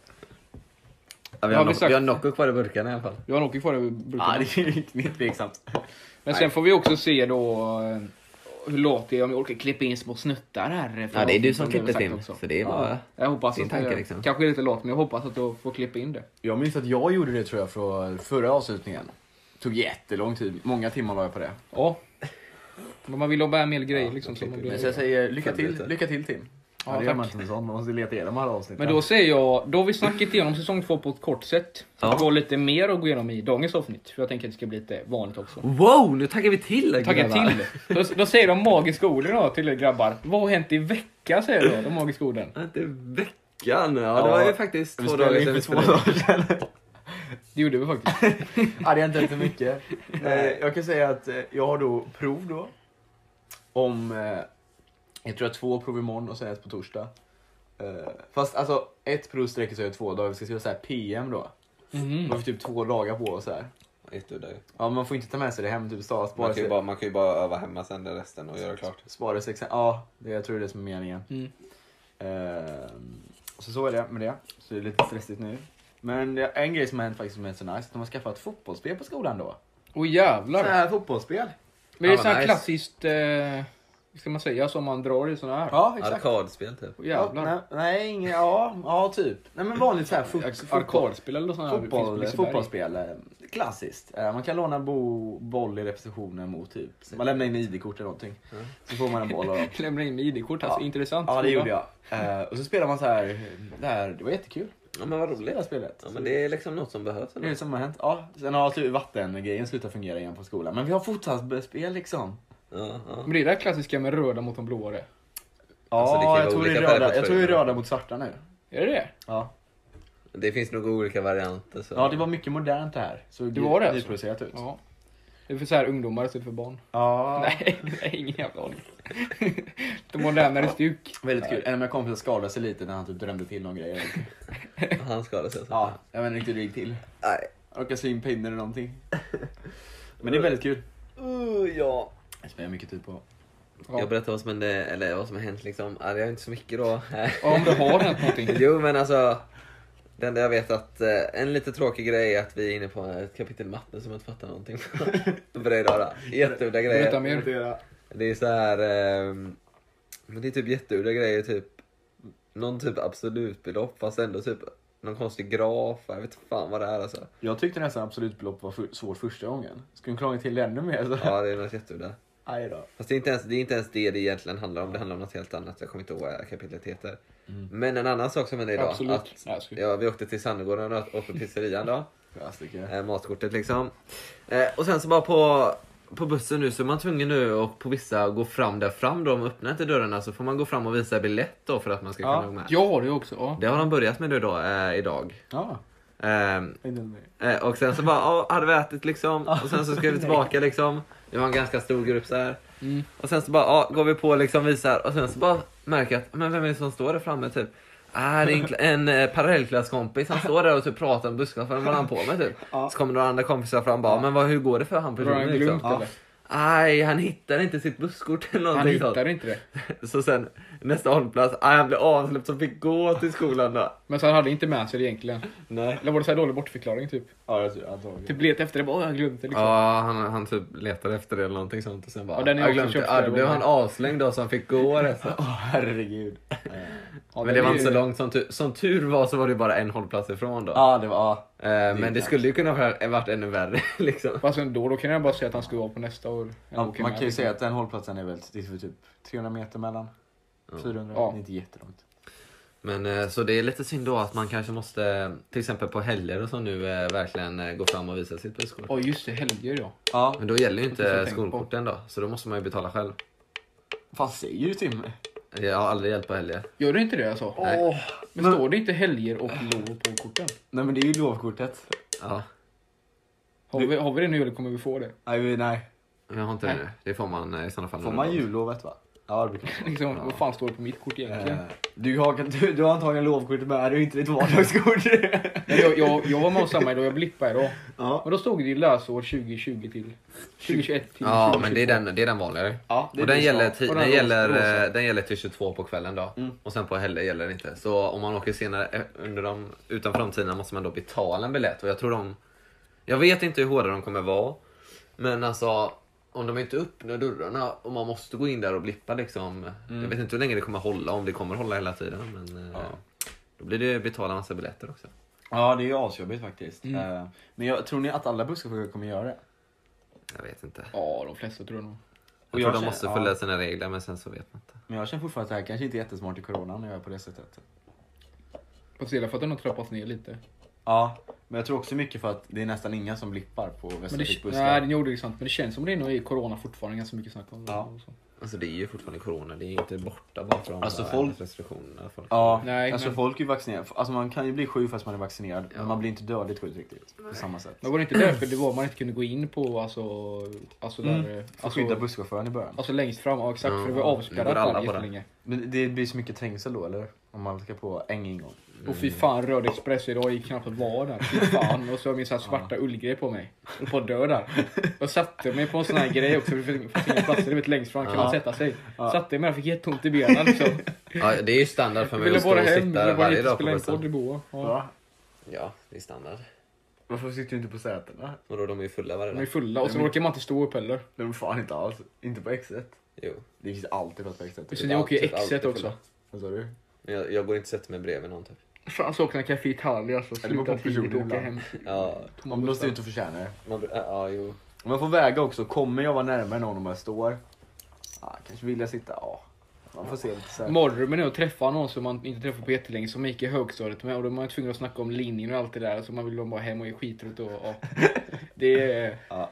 Ja, vi, Har har vi Noc- sagt- vi har Nocco kvar i burkarna i alla fall. Jag har nog kvar över Ja, brukarna. det är lite tveksamt. Men sen får vi också se då eh, hur låter det om jag orkar klippa in små snuttar här. Ja, det är du som vi har klipper sagt Tim. också. Så det är bara... Jag hoppas Din att tanke, jag, liksom. kanske är lite låt, men jag hoppas att du får klippa in det. Jag minns att jag gjorde det tror jag från förra avslutningen. Tog jättelång tid. Många timmar la jag på det. Ja. Men man vill ha bara mer grejer liksom. Som man Men blir... så jag säger lycka till, Förberedelse. lycka till Tim. Ja, Ja, det gör man tack. inte med sånt. Man måste leta igenom alla avsnitt. Men då säger jag, då har vi snackat igenom säsong två på ett kort sätt. Så Ja. det går lite mer att gå igenom i dagens avsnitt. För jag tänker att det ska bli lite vanligt också. Wow, nu taggar vi till! Tagga grabbar. till. Då, då säger de magiska orden då till er grabbar. Vad har hänt i veckan säger då de magiska orden. Ja, det är veckan. Ja, Ja, det var ju faktiskt Vi två spelade dagar in sedan för vi två spelade. dagar sedan. Det gjorde vi faktiskt. Ja, det är inte så mycket. Eh, jag kan säga att eh, jag har då prov då. Om, eh, jag tror jag har två prov imorgon och sen ett på torsdag. Eh, fast alltså, ett prov sträcker sig över två dagar. Vi ska skriva så här P M då. Mhm. Man får typ två dagar på och så här. Jätteudda ju. Ja, man får inte ta med sig det hem. Typ spara, spara, Man kan ju sig, bara, man kan ju bara öva hemma sen det resten och göra klart. spara sig. Ja, det, jag tror det är det som är meningen. Mm. Eh, så så är det med det. Så det är lite stressigt nu. Men det är en grej som har hänt faktiskt som är så nice. Att de har skaffat ett fotbollsspel på skolan då. Åh Så jävlar. här fotbollsspel. Men det är Ja, så här nice. klassiskt, eh, vad ska man säga, som man drar i såna här. Ja, exakt. Arkadspel typ. Åh jävlar. Ja, nej, nej, ingen, ja, ja, typ. Nej, men vanligt så här fot, Ar- fotboll, Arkadspel eller såna här. finns på fotboll, Liseberg. fotbollsspel. eh, Klassiskt. Eh, Man kan låna bo, boll i repetitionen mot typ. Man lämnar in I D-kort eller någonting. Så får man en boll av dem. Lämna in I D-kort, alltså Ja. intressant. Ja, det skola. gjorde jag. Eh, och så spelar man så här, det, här, det var jättekul. Ja, men vad roligt. Spela spelet. Ja, men det är liksom något som behövs. Det är det som har hänt. Ja, sen har typ vattengrejen slutat fungera igen på skolan. Men vi har fotbollsspel liksom. Ja, ja. Men det är det där klassiska med röda mot de blåa det. Ja, Alltså, det kan ju jag, vara tror det är olika färger röda, på jag tror det är tröjorna. röda mot svarta nu. Är det det? Ja. Det finns nog olika varianter. Så. Ja, det var mycket modernt det här. Så Det var det alltså? nyproducerat ut. Ja. Det är för så här ungdomar istället för barn. Ja. Nej, nej, ingen jävla aning. Det modernare stuk. Väldigt kul. En av mina kompisar skadade sig lite när han typ drömde till någon grej. Han skadade sig. Ja, jag vet inte riktigt hur det gick till. Nej. Han råkade slå in pinnen eller någonting. Men det är väldigt kul. Uh, ja. Jag spelar mycket tid på. Ja. Jag berättar vad som, hände, eller vad som har hänt liksom. Ja, det är inte så mycket då. Ja, om det har hänt någonting. Jo, men alltså. Det enda jag vet att eh, en lite tråkig grej är att vi är inne på ett kapitel matte som jag inte fattar någonting på det idag då. Jätteudda Berätta grejer. mer. Det är så här. Eh, men det är typ jätteudda grejer. Typ någon typ absolutbelopp fast ändå typ någon konstig graf. Jag vet inte fan vad det är alltså. Jag tyckte nästan absolut belopp var för, svårt första gången. Skulle krångla till det ännu mer så. Ja, det är något jätteudda. Aj då. Fast det är, inte ens, det är inte ens det det egentligen handlar om. Det handlar om något helt annat. Jag kommer inte ihåg vad kapitlet heter. Men en annan sak som hände idag. Absolut. Att, Nej, jag skojar. ja, vi åkte till Sandegården och åt på pizzerian då. Klassiker. Eh, matkortet liksom. Eh, och sen så bara på, på bussen nu så är man tvungen nu och på vissa gå fram där fram då. De öppnar inte dörrarna så får man gå fram och visa biljett då för att man ska Ja. kunna gå med. Jag har det också. Ja. Det har de börjat med nu då eh, idag. Ja, Eh, inte mer. Eh, och sen så bara, ja, hade vi ätit liksom. Och sen så ska vi tillbaka liksom. Det var en ganska stor grupp så här. Mm. Och sen så bara, ja, går vi på liksom visar. Och sen så bara märker jag att, men vem är det som står där framme typ? Är det en, kla- en eh, parallellklasskompis. Han står där och typ pratar om busschauffören vad han på med typ. Så kommer några andra kompisar fram bara, men vad, hur går det för han Drar han personen liksom? glömt eller? Nej, han hittar inte sitt busskort eller Han någonting sånt. hittar inte det. Så sen, nästa hållplats. Ah, han blev avsläppt som fick gå till skolan då. Men så han hade inte med sig det egentligen. Nej. Eller var det så här dålig bortförklaring typ? Ja, jag tror jag tror Typ let efter det, bara jag glömde liksom. Ja, han, han typ letade efter det eller någonting sånt och sen bara, Ja, den är jag också glömde, köpt ja, då flera blev han gånger. avslängd då så han fick gå resten. Åh, herregud. Eh, Ja, Men den det var är inte ju- så långt, som tur, som tur var så var det bara en hållplats ifrån då. Ja, det var... Ja. Eh, men det kaxigt. skulle ju kunna ha varit ännu värre liksom. Fast ändå, då kan jag bara säga att han skulle vara på nästa år. Ja, Åker man med, kan ju liksom. säga att den hållplatsen är väl det är väl typ trehundra meter mellan. fyrahundra, Ja. det är inte jättelångt. Men eh, så det är lite synd då att man kanske måste, till exempel på helger och så nu, eh, verkligen eh, gå fram och visa sitt busskort. Ja just det, helger ja. Ja, Men då gäller ju Det är så jag inte tänker på. skolkorten då, så då måste man ju betala själv. fan säger du till mig? Jag har aldrig hjälpt på helger. Gör det inte det alltså? Nej. Men står det inte helger och lov på korten? Nej men det är ju lovkortet. Ja, Har vi, har vi det nu eller kommer vi få det? Nej, vi- nej. jag har inte Nej. det nu. Det får man eh, i sådana fall. Får när man det är lov. jullovet va? Ja, det brukar man. Liksom, vad fan står det på mitt kort egentligen? Eh, du, har, du, du har antagligen lovkortet med, det är inte ditt vardagskort. Nej, jag, jag, jag var med oss samma idag, jag blippade idag. Ja. Och då stod det ju läsår tjugo tjugo till tjugo tjugoett till Ja, tjugo men det är tjugotvå. den, det är den vanligare. Ja, det är Och den det gäller, som- ti- och den, den gäller, rosa. eh, den gäller till tjugotvå på kvällen då. Mm. Och sen på helger gäller det inte. Så om man åker senare eh, under de, utanför de tiderna måste man då betala en biljett. Och jag tror de... Jag vet inte hur hårda de kommer vara. Men alltså, om de inte öppnar dörrarna och man måste gå in där och blippa liksom. Mm. Jag vet inte hur länge det kommer hålla, om det kommer hålla hela tiden. Men eh, Ja. då blir det betala massa biljetter också. Ja, det är ju asjobbigt faktiskt. Mm. Eh, men jag, tror ni att alla busschaufförer kommer göra det? Jag vet inte. Ja, de flesta tror jag nog. Jag Och tror jag de känner- måste ja. följa sina regler, men sen så vet man inte. Men jag känner fortfarande att det här kanske inte är jättesmart i corona när jag är på det sättet. Fast hela för att den har trappats ner lite. Ja, men jag tror också mycket för att det är nästan inga som blippar på Men det, Västervikbussar. nej, det gjorde det sant. Men det känns som det är nog i corona fortfarande ganska mycket snack om det. Ja. och så. Alltså det är ju fortfarande corona, det är inte borta bara för de Alltså, där folk- restriktionerna. Folk. Ja, Nej, alltså men- folk är ju vaccinerade. Alltså man kan ju bli sjuk fast man är vaccinerad. Ja. Men man blir inte dödligt sjuk riktigt. På samma sätt. Men var det inte därför det var man inte kunde gå in på alltså, alltså där, Mm. För att alltså, skydda busschauffören i början. alltså längst fram, ja, exakt, Ja, för det var nu går avspärrat alla där på det. jättelänge. Men det blir så mycket trängsel då eller? Om man ska på en ingång. Och fy fan, Röd Express idag gick knappt att vara där. Fy fan. Och så har jag min så här svarta ullgrej på mig. Och på att dö där. Jag satte mig på en sån här grej också. Det fanns inga platser, du vet, längst fram kan Ja. man sätta sig. Ja. Satte mig där, fick jätteont i benen liksom. Ja, det är ju standard för Jag mig ville att stå bara och hem, sitta ville bara varje hit och dag på spela en podd i bussen. Boa. Ja. Ja. Ja, det är standard. Varför sitter du inte på sätena? Och då de är ju fulla varje De är dag. fulla och så orkar man inte stå upp heller. De är fan inte alls. Inte på X ett. Jo. Det finns alltid plats på X ett. Så ni åker ju typ X ett alltid också. fulla. Vad sa du? Men jag, jag går inte och sätter mig bredvid någon typ. Fan, så åker Café Italia alltså. Eller på Sluta tidigt personen och åka ibland. hem. Ja, Tomma Om de bussar. ser ut och förtjänar det. man, ja, jo. Om jag får väga också, kommer jag vara närmare någon om jag står? Ja, kanske vill jag sitta, ja. Man får se lite så här. Mardrömmen är att träffa någon som man inte träffat på jättelänge som gick i högstadiet med och då är man tvungen att snacka om linjen och allt det där så man vill då bara hem och ge skitret och ja. Det är... Ja.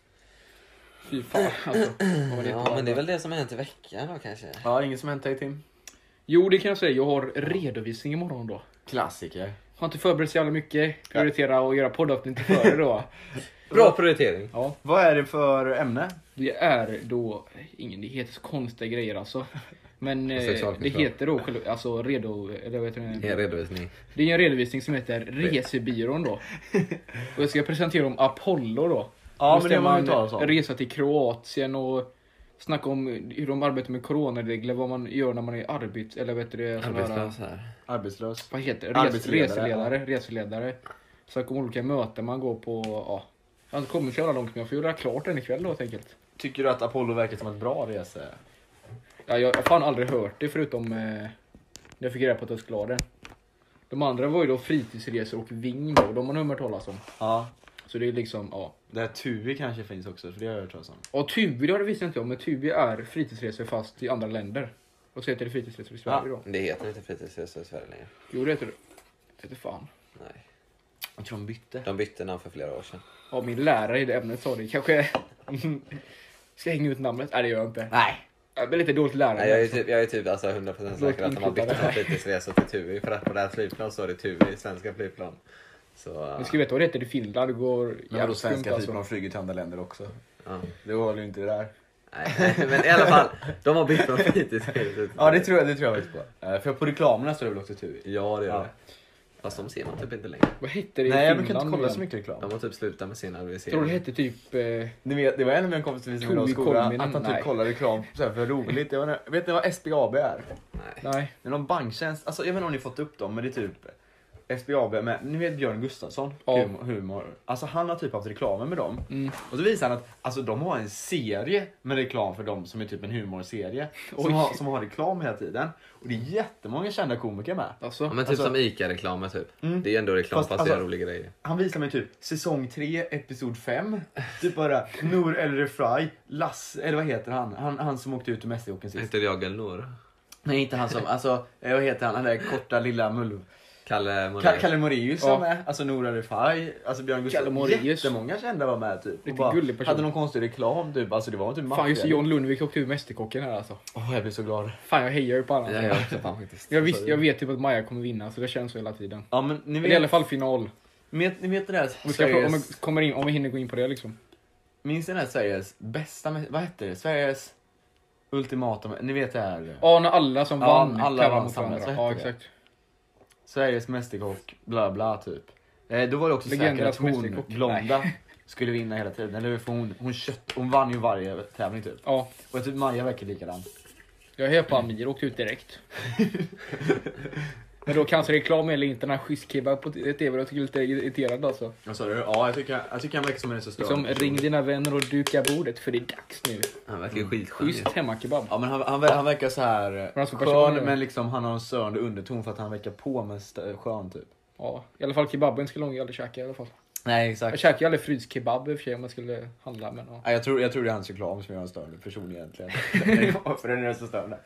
Fy fan alltså. Vad var det Ja, på? men det är väl det som har hänt i veckan då kanske. Ja, inget som hänt dig Tim? Jo, det kan jag säga. Jag har redovisning imorgon då. Klassiker. Har inte förberett så jävla mycket. Prioritera att göra poddavsnitt före då. Bra prioritering. Ja, Vad är det för ämne? det är då... Ingen, det heter så konstiga grejer alltså. Men eh, det Sexualkunskap. heter då själv- alltså redo... Eller vad heter det? En redovisning. Det är en redovisning som heter Resebyrån då. Och jag ska presentera om Apollo då. Ja, Då men det ska har man man ju talat om. resa till Kroatien och snacka om hur de arbetar med coronaregler, vad man gör när man är arbets... Eller vet du det? sådana här- Arbetslös här. Arbetslös. Vad heter det? Res, Arbetsledare, reseledare. Reseledare. Snacka om olika möten man går på. Ja. Jag har inte kommit så jävla långt men jag får göra klart den ikväll då helt enkelt. Tycker du att Apollo verkar som ett bra rese? Ja, jag har fan aldrig hört det förutom eh, när jag fick reda på att jag skulle ha den. De andra var ju då fritidsresor och Ving då. De har man hört talas om. Ja. Så det är liksom, ja. Det här Tuvi kanske finns också, för det har jag hört talas om. Och Tubi, det har det visst inte jag, men Tubi är fritidsresor fast i andra länder. Och så heter det fritidsresor i Sverige då. Det heter inte fritidsresor i Sverige längre. Jo, det heter det. Det heter fan. Nej. Jag tror de bytte. De bytte namn för flera år sedan. Ja, min lärare i det ämnet sa det. Kanske... Ska jag hänga ut namnet? Nej, det gör jag inte. Nej. Jag är lite dåligt lärare. Nej, jag är typ, jag är typ alltså hundra procent säker att de har bytt från fritidsresor till Tuvi. För att på det här flygplan så är det Tuvi, svenska flygplan. Så, Men ska veta vad det heter i Finland? Det går Men vadå jävligt svenska skumt, typ alltså. de flyger till andra länder också? ja. Det håller ju inte det där. Nej, men i alla fall, de har bytt från fritidsresor till Ja, det tror jag, det tror jag faktiskt på. Eh, För på reklamerna står det väl också Tuvi? Ja, det gör Ja. det. Fast de ser man typ inte längre. Vad hette det i Nej, jag Finland brukar inte kolla igen? så mycket reklam. De har typ slutat med sina Jag tror det hette typ... Eh, Ni vet, det var en av mina kompisar som visade mig i Tobi skolan Kolminen, att han typ nej. kollar reklam så här för roligt. Jag vet, vet ni vad S B A B är? Nej. nej. Det är någon banktjänst, alltså jag vet inte om ni fått upp dem, men det är typ S B A B med, ni vet Björn Gustafsson, Ja. humor, humor. Alltså han har typ haft reklamer med dem. Mm. Och så visar han att alltså, de har en serie med reklam för dem som är typ en humorserie. Som Oj. har, som har reklam hela tiden. Och det är jättemånga kända komiker med. Alltså, Ja, men typ Alltså- som ICA-reklamer typ. Mm. Det är ändå reklam Fast, fast, det är alltså- roliga grejer. Han visar mig typ säsong tre, episod fem. Typ bara Nour El Refai, Lass, eller vad heter han? Han, han som åkte ut ur Mästerkocken sist. Heter jag Elnor? Nej, inte han som, alltså, eh, vad heter han? Den där korta lilla mull. Kalle Moraeus. Ka- Kalle Moraeus Ja. var med, alltså Nour El Refai, alltså Björn Kalle Gustafsson. Moraeus. Jättemånga kända var med typ. Och Riktigt bara gullig person. hade någon konstig reklam typ, alltså det var typ fan just maffia. John Lundvik åkte ur Mästerkocken här alltså. Åh, jag blir så glad. Fan jag hejar ju på alla. Ja, jag också fan faktiskt. Jag, visst, jag vet typ att Maja kommer vinna så det känns så hela tiden. Ja, men ni Eller i alla vet, fall final. vet, ni vet det där Om vi, ska få, om, Sveriges, vi kommer in, om vi hinner gå in på det liksom. minns ni den här Sveriges bästa, mä- vad hette det? Sveriges ultimata, mä- ni vet det här? Ja, när alla som Ja, vann alla tävlar vann mot samlas, varandra. vad Ja, hette det? exakt. Sveriges mästerkock, bla bla typ. Eh, då var det också säkert Legendernas att hon, mästerkock. blonda, skulle vinna hela tiden. Eller för hon, hon, kött, hon vann ju varje tävling typ. Ja, Och typ Maja verkar likadan. jag hejar på Amir och åkte ut direkt. Men då kanske reklam eller inte, den här schysst kebab på T V, jag tycker lite irriterad alltså. Vad sa du? Ja, jag tycker, jag tycker han verkar som en så störd. Som ring dina vänner och duka bordet för det är dags nu. Han verkar ju skitskön. Schysst hemmakebab. Ja, men han, han, han verkar så här Men alltså, skön, personen- men liksom han har en sörande underton för att han verkar på med st- skön typ. Ja, i alla fall kebaben skulle hon ju aldrig käka i alla fall. Nej, Jag exakt. käkar ju aldrig frydskebab i och för sig om jag skulle handla, men ja. Nej, jag, tror, jag tror det är hans reklam som gör en störande person egentligen. För den är så störande.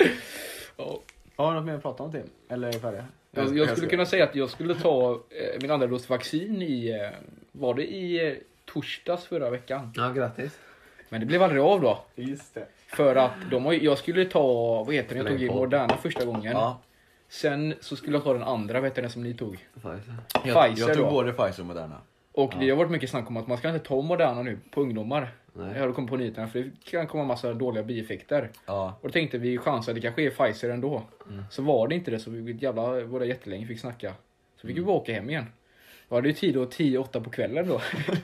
Ja. Har du något mer att prata om, Tim? Eller är vi färdiga? Jag, jag skulle kunna säga att jag skulle ta eh, min andra dos vaccin i, eh, var det i eh, torsdags förra veckan. Ja, grattis. Men det blev aldrig av då. Just det. För att de har, ju- jag skulle ta, vad heter det, jag tog i Längd på. Moderna första gången. Ja. Sen så skulle jag ta den andra, vad heter den som ni tog? Jag, Pfizer jag tog då. både Pfizer och Moderna. Och Ja. det har varit mycket snack om att man ska inte ta Moderna nu på ungdomar. Nej. Jag har kommit på nyheterna för det kan komma massa dåliga bieffekter. Ja. Och då tänkte vi chansa att det kanske är Pfizer ändå. Mm. Så var det inte det, så vi jävla var där jättelänge fick snacka. Så fick vi bara åka hem igen. Jag hade ju tid då tio åtta på kvällen då.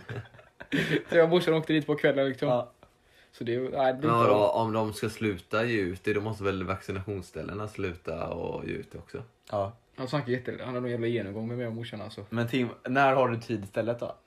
Så jag och morsan åkte dit på kvällen liksom. Ja. Så det, nej, det blir Men inte vadå, bra. om de ska sluta ge ut det, då måste väl vaccinationsställena sluta och ge ut det också? Ja. Han snackade jätte, han hade någon jävla genomgång med mig och morsan alltså. Men Tim, när har du tid istället då?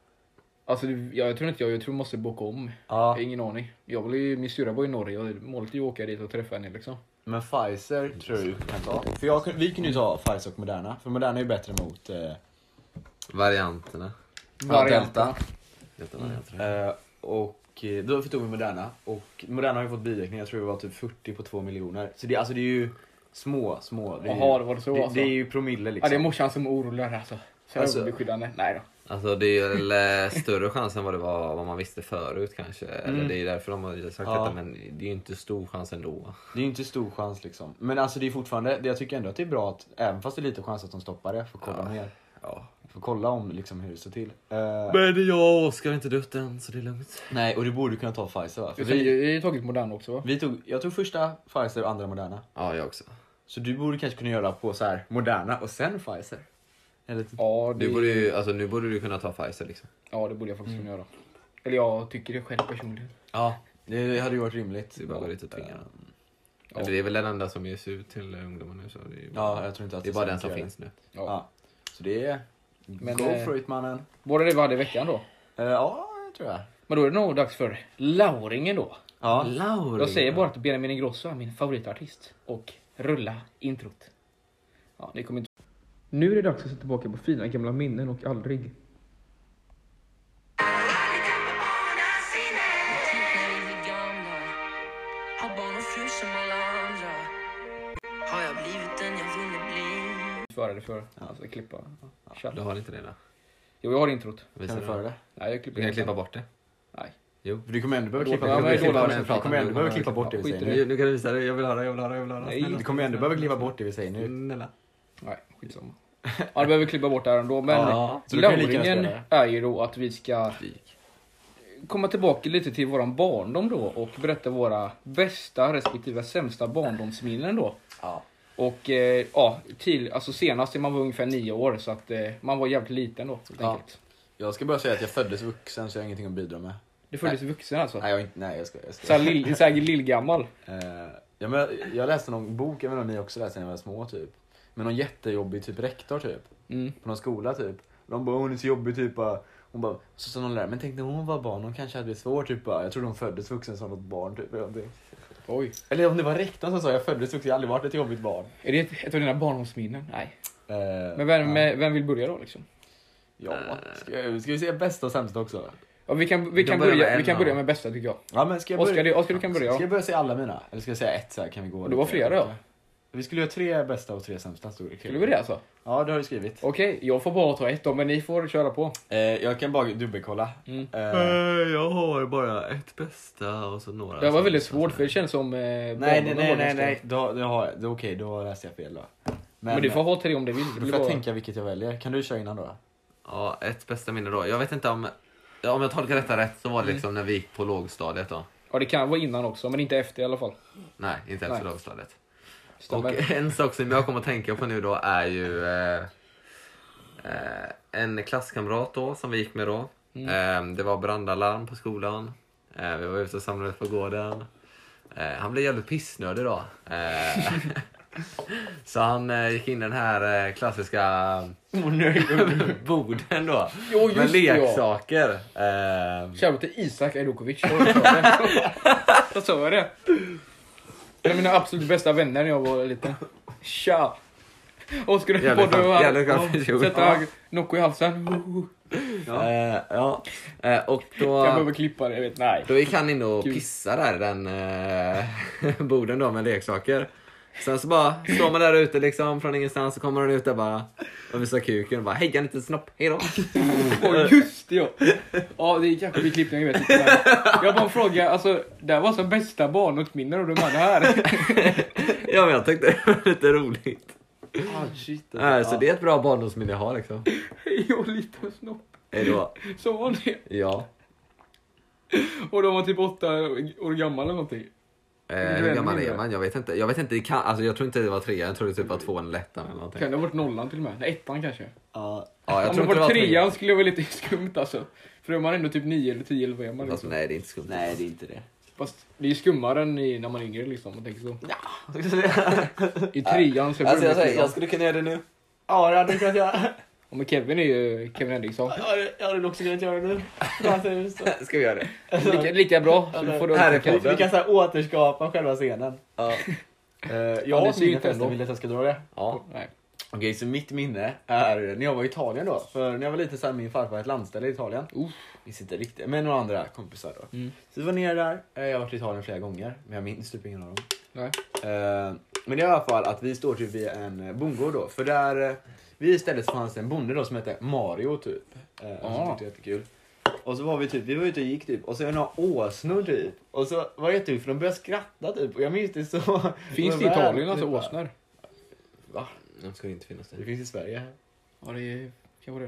Alltså det, jag, jag tror inte jag, jag tror jag måste boka om. Jag Ja. har ingen aning. Jag vill ju, min syrra bor i Norge och målet är ju att åka dit och träffa henne liksom. Men Pfizer tror jag du kan ta. För jag, vi kunde ju ta Pfizer och Moderna. För Moderna är ju bättre mot eh, Varianterna. Varianterna. Delta varianterna. eh, och eh, då tog vi Moderna. Och Moderna har ju fått biverkningar, jag tror det var typ fyrtio på två miljoner. Så det, alltså det är ju små, små. Det är, Jaha, ju, det var det så det, alltså. det är ju promille Ja, liksom. det är morsan som är orolig där alltså. Så jag Alltså- är beskyddande. Nej då. Alltså det är väl eh, större chans än vad det var vad man visste förut kanske. Eller Mm. det är därför de har sagt Ja. detta, men det är ju inte stor chans ändå. Det är ju inte stor chans liksom. Men alltså det är fortfarande, det- jag tycker ändå att det är bra att, även fast det är lite chans att de stoppar det, för att kolla Ja. mer. Ja. För att kolla om liksom hur det står till. Eh, Men jag och Oskar har inte dött än, så det är lugnt. nej, och du borde kunna ta Pfizer va? För Vi, vi, vi har ju tagit Moderna också va? vi tog, jag tog första Pfizer och andra Moderna. Ja, jag också. Så du borde kanske kunna göra på så här Moderna och sen Pfizer. Eller typ. Ja, det, Nu borde, ju, alltså, nu borde du kunna ta Pfizer liksom. ja, det borde jag faktiskt kunna göra. Eller jag tycker det själv personligen. Ja, det hade ju varit rimligt. Det är bara att gå dit och tvinga. Ja. Eller det är väl den enda som ges ut till ungdomar nu. Så det är, Ja, jag tror inte att det är bara den så som mycket finns nu. Ja. Ja. Så det är Men, go eh, for it mannen. Var det det vi hade i veckan då? Eh, ja, det tror jag. Men då är det nog dags för Lauringen då. Ja. Laura. Jag säger bara att Benjamin Ingrosso är min favoritartist. Och rulla introt. Ja, ni kommer inte... Nu är det dags att se tillbaka på fina gamla minnen och aldrig. Har jag blivit den jag ville bli? Föra det för. Alltså klippa. Kör. Du har inte det då? Jo, jag har introt. Visa Kan du det. föra det? Nej, jag klipper Vi kan det. klippa bort det. Nej. Jo. För du kommer ändå behöva Ja, klippa, men du det är kommer dåligt ändå- att du kommer ändå behöva klippa bort det vi Skit i säger det. nu. Nu, nu kan du visa det. Jag vill höra, jag vill höra, jag vill höra. Nej. Du kommer ändå behöva klippa bort det vi säger nu. Snälla. Nej, skitsamma. Ja, det behöver vi klippa bort där ändå. Men Ja, så du kan ju lika gärna Lauringen spela är ju då att vi ska Vik. komma tillbaka lite till våran barndom då och berätta våra bästa respektive sämsta barndomsminnen då. Ja. Och eh, ja, till, alltså senast man var ungefär nio år så att eh, man var jävligt liten då. Helt Ja. enkelt. Jag ska bara säga att jag föddes vuxen så jag har ingenting att bidra med. Du föddes vuxen alltså? Nej, jag, är inte, nej, jag ska... Jag ska. Så här lill, så här lillgammal. Eh, ja, men jag läste någon bok, jag vet inte om ni också läste när jag var små typ. Men någon jättejobbig typ rektor typ. Mm. På någon skola typ. De bara, hon är så jobbig typ. Bara, hon bara, så sa någon där, men tänkte hon var barn, hon kanske hade blivit svår typ. Bara. Jag tror de föddes vuxen som något barn typ. Eller, någonting. Oj. Eller om det var rektorn som sa, jag föddes vuxen, jag har aldrig varit ett jobbigt barn. Är det ett, ett av dina barndomsminnen? Nej. Eh, Men vem, ja. med, vem vill börja då liksom? Ja, ska, jag- ska vi se bästa och sämsta också? Ja, vi kan, vi De kan, börjar börja, med vi en, kan börja ja. med bästa tycker jag. Ja, men ska jag Oskar, börja? du, Oskar, du kan börja. Ska Ja. jag börja säga alla mina? Eller ska jag säga ett så här, kan vi gå? Det var lite- flera, ja. Vi skulle göra tre bästa och tre sämsta. Stod det. Skulle vi det alltså? Ja, det har du skrivit. Okej, jag får bara ta ett då, men ni får köra på. Eh, jag kan bara dubbelkolla. Mm. Eh, Jag har bara ett bästa och så några. Det var som- väldigt svårt för det känns som... Eh, nej, nej, barndomen nej, var nej, ganska- nej. Då, då har jag, då, okej, då läste jag fel då. Men, Men du får ha tre om du vill. Det då blir får jag bara... tänka vilket jag väljer. Kan du köra innan då? Ja, ett bästa minne då. Jag vet inte om... Ja, om jag tolkar detta rätt så var det liksom när vi gick på lågstadiet då. Ja, det kan vara innan också, men inte efter i alla fall. Nej, inte ens Nej. lågstadiet. Stämmer. Och en sak som jag kommer att tänka på nu då är ju eh, eh, en klasskamrat då som vi gick med då. Mm. Eh, det var brandalarm på skolan. Eh, vi var ute och samlades på gården. Eh, han blev jävligt pissnödig då. Eh, så han eh, gick in i den här eh, klassiska borden då. Jo, just med det, ja. leksaker. Eh, Shoutout till Isak Ajdokovic. Jag sa det. Jag sa det. En av mina absolut bästa vänner när jag var liten. Tja! Oskar, du Jävligt både skön- jävligt skön person. sätta Nocco i halsen. ja. Eh, ja. Eh, och då... Jag behöver klippa det, jag vet. Nej. Då gick han in och Gud. pissade där i den eh, borden då med leksaker. Sen så bara står man där ute liksom från ingenstans så kommer han ut där bara och visar kuken och bara hej, en liten snopp, hej då. Åh, just det, ja. Ja, det är kanske blir klippning, jag vet inte. Men jag bara frågar, alltså, det här var som bästa barndomsminnen och de hade här. Ja, men jag tyckte det var lite roligt. Ah, shit. Äh, så det är ett bra barndomsminne jag har liksom. Hej, och liten snopp. Hej då. Så var det. Ja. Och de var typ åtta år gamla eller någonting. Eh, hur gammal är man? Jag vet inte. Jag vet inte, det kan, alltså jag tror inte det var trean, jag tror det typ var tvåan eller ettan eller någonting. Kan det ha varit nollan till och med? Nej, ettan kanske. Ja, Ja, jag Om tror det inte det var var trean trean. skulle jag vara lite skumt alltså. För då är man ändå typ nio eller tio eller vad är man Fast liksom. nej, det är inte skumt. nej, det är inte det. Fast det är ju skummare än i, när man är yngre liksom, om man tänker så. I trean så Alltså jag, det säger, jag skulle kunna göra det nu. Ja, det hade du kunnat göra. Och men Kevin är ju Kevin Henriksson. Ja, det- jag hade också kunnat göra det nu. Ska vi göra det? Lika, lika bra. Så du får då Här är Vi, podden. vi kan så här återskapa själva scenen. Ja. Uh, Ja, jag det har ser ju mina inte förresten, ändå. vill att jag ska dra det? Ja. Nej. Okej, så mitt minne är när jag var i Italien då. För när jag var liten så hade min farfar ett landställe i Italien. Uff. Minns inte riktigt, men några andra kompisar då. Mm. Så vi var nere där. Eh, Jag har varit i Italien flera gånger, men jag minns typ ingen av dem. Nej. Eh, Men det är i alla fall att vi står typ vid en eh, bondgård då. För där, eh, vid istället så fanns det en bonde då som hette Mario typ. Eh, och som Ah. tyckte det var jättekul. Och så var vi typ, vi var ute och gick typ. Och så är det några åsnor typ. Och så var det jättekul för de började skratta typ. Och jag minns det så... Finns det i var Italien väl- alltså typ bara, åsnor? Va? Det ska inte finnas Det det. finns i Sverige. Ja, det är kanske det.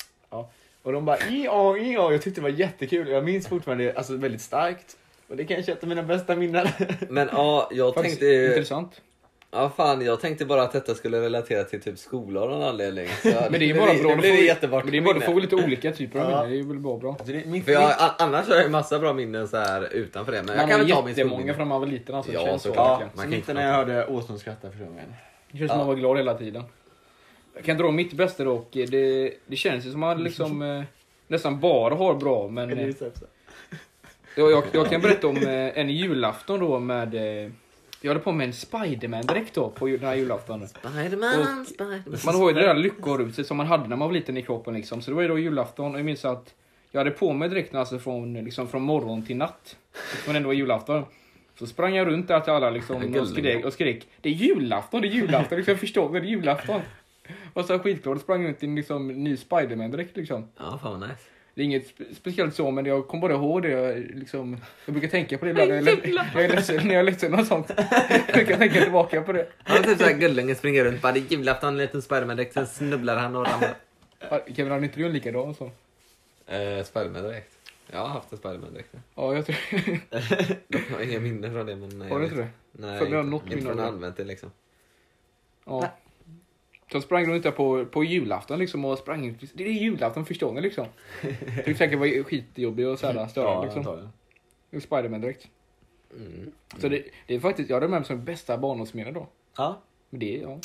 Och de bara, ja, ja, jag tyckte det var jättekul. Jag minns fortfarande, alltså väldigt starkt. Och det kanske är ett av mina bästa minnen. Men ja, jag Faktiskt tänkte ju... intressant. Ja fan, jag tänkte bara att detta skulle relatera till typ skola av någon anledning. Så Men det är ju nu bara blir- bra. nu Du blir får, det ju- jättebart men det är bara, du får väl lite olika typer av Ja. minnen. Det är väl bara bra. Alltså, det, mitt, För jag, a- annars har jag ju massa bra minnen så här utanför det. Men Man jag kan har väl ta min jättemånga skolminne. från man var liten. Alltså, det Ja, känns så. såklart. verkligen. Man som kan inte inte när jag hörde åsnon skratta första gången. Det känns som man var glad hela tiden. Jag kan dra mitt bästa dock. Det, det känns ju som man liksom eh, nästan bara har bra. Men Eller eh, just det, så. jag, jag, jag kan berätta om eh, en julafton då med... Eh, jag hade på mig en Spiderman direkt då på ju- den här julaftonen. Spiderman, Och- Spiderman. Man har ju det där lyckoruset som man hade när man var liten i kroppen liksom. Så det var ju då julafton och jag minns att jag hade på mig direkt alltså från, liksom, från morgon till natt. Men ändå var julafton. Så sprang jag runt där till alla liksom och skrek, och skrek det är julafton, det är julafton. Liksom, jag förstår det är julafton. Och så skitglad och sprang runt i en liksom, ny Spiderman direkt liksom. Ja, fan vad nice. Det är inget spe- speciellt så, men jag kom bara ihåg det. Jag, liksom, jag brukar tänka på det ibland när jag, är- jag är ledsen, när jag är ledsen och sånt. Jag brukar tänka tillbaka på det. Han typ såhär Gullungen springer runt, bara det är julafton, en liten Spiderman-dräkt, sen snubblar han och ramlar. Kevin, hade inte du en likadan så? Eh, Spiderman-dräkt. Jag har haft en Spiderman-dräkt. Ja, jag tror... Jag har inga minnen från det, men... Har du inte det? Nej, För det har inte, något inte minne från av det. använt det liksom. Ja. Så sprang de inte på, på julafton liksom och sprang. Det är julafton första gången liksom. Det är säkert var skitjobbigt och sådär större Ja, liksom. antagligen. Och Spider-Man direkt. Mm. Så det, det är faktiskt, jag hade med mig som bästa barndomsminne då. Ja. Men det är, ja.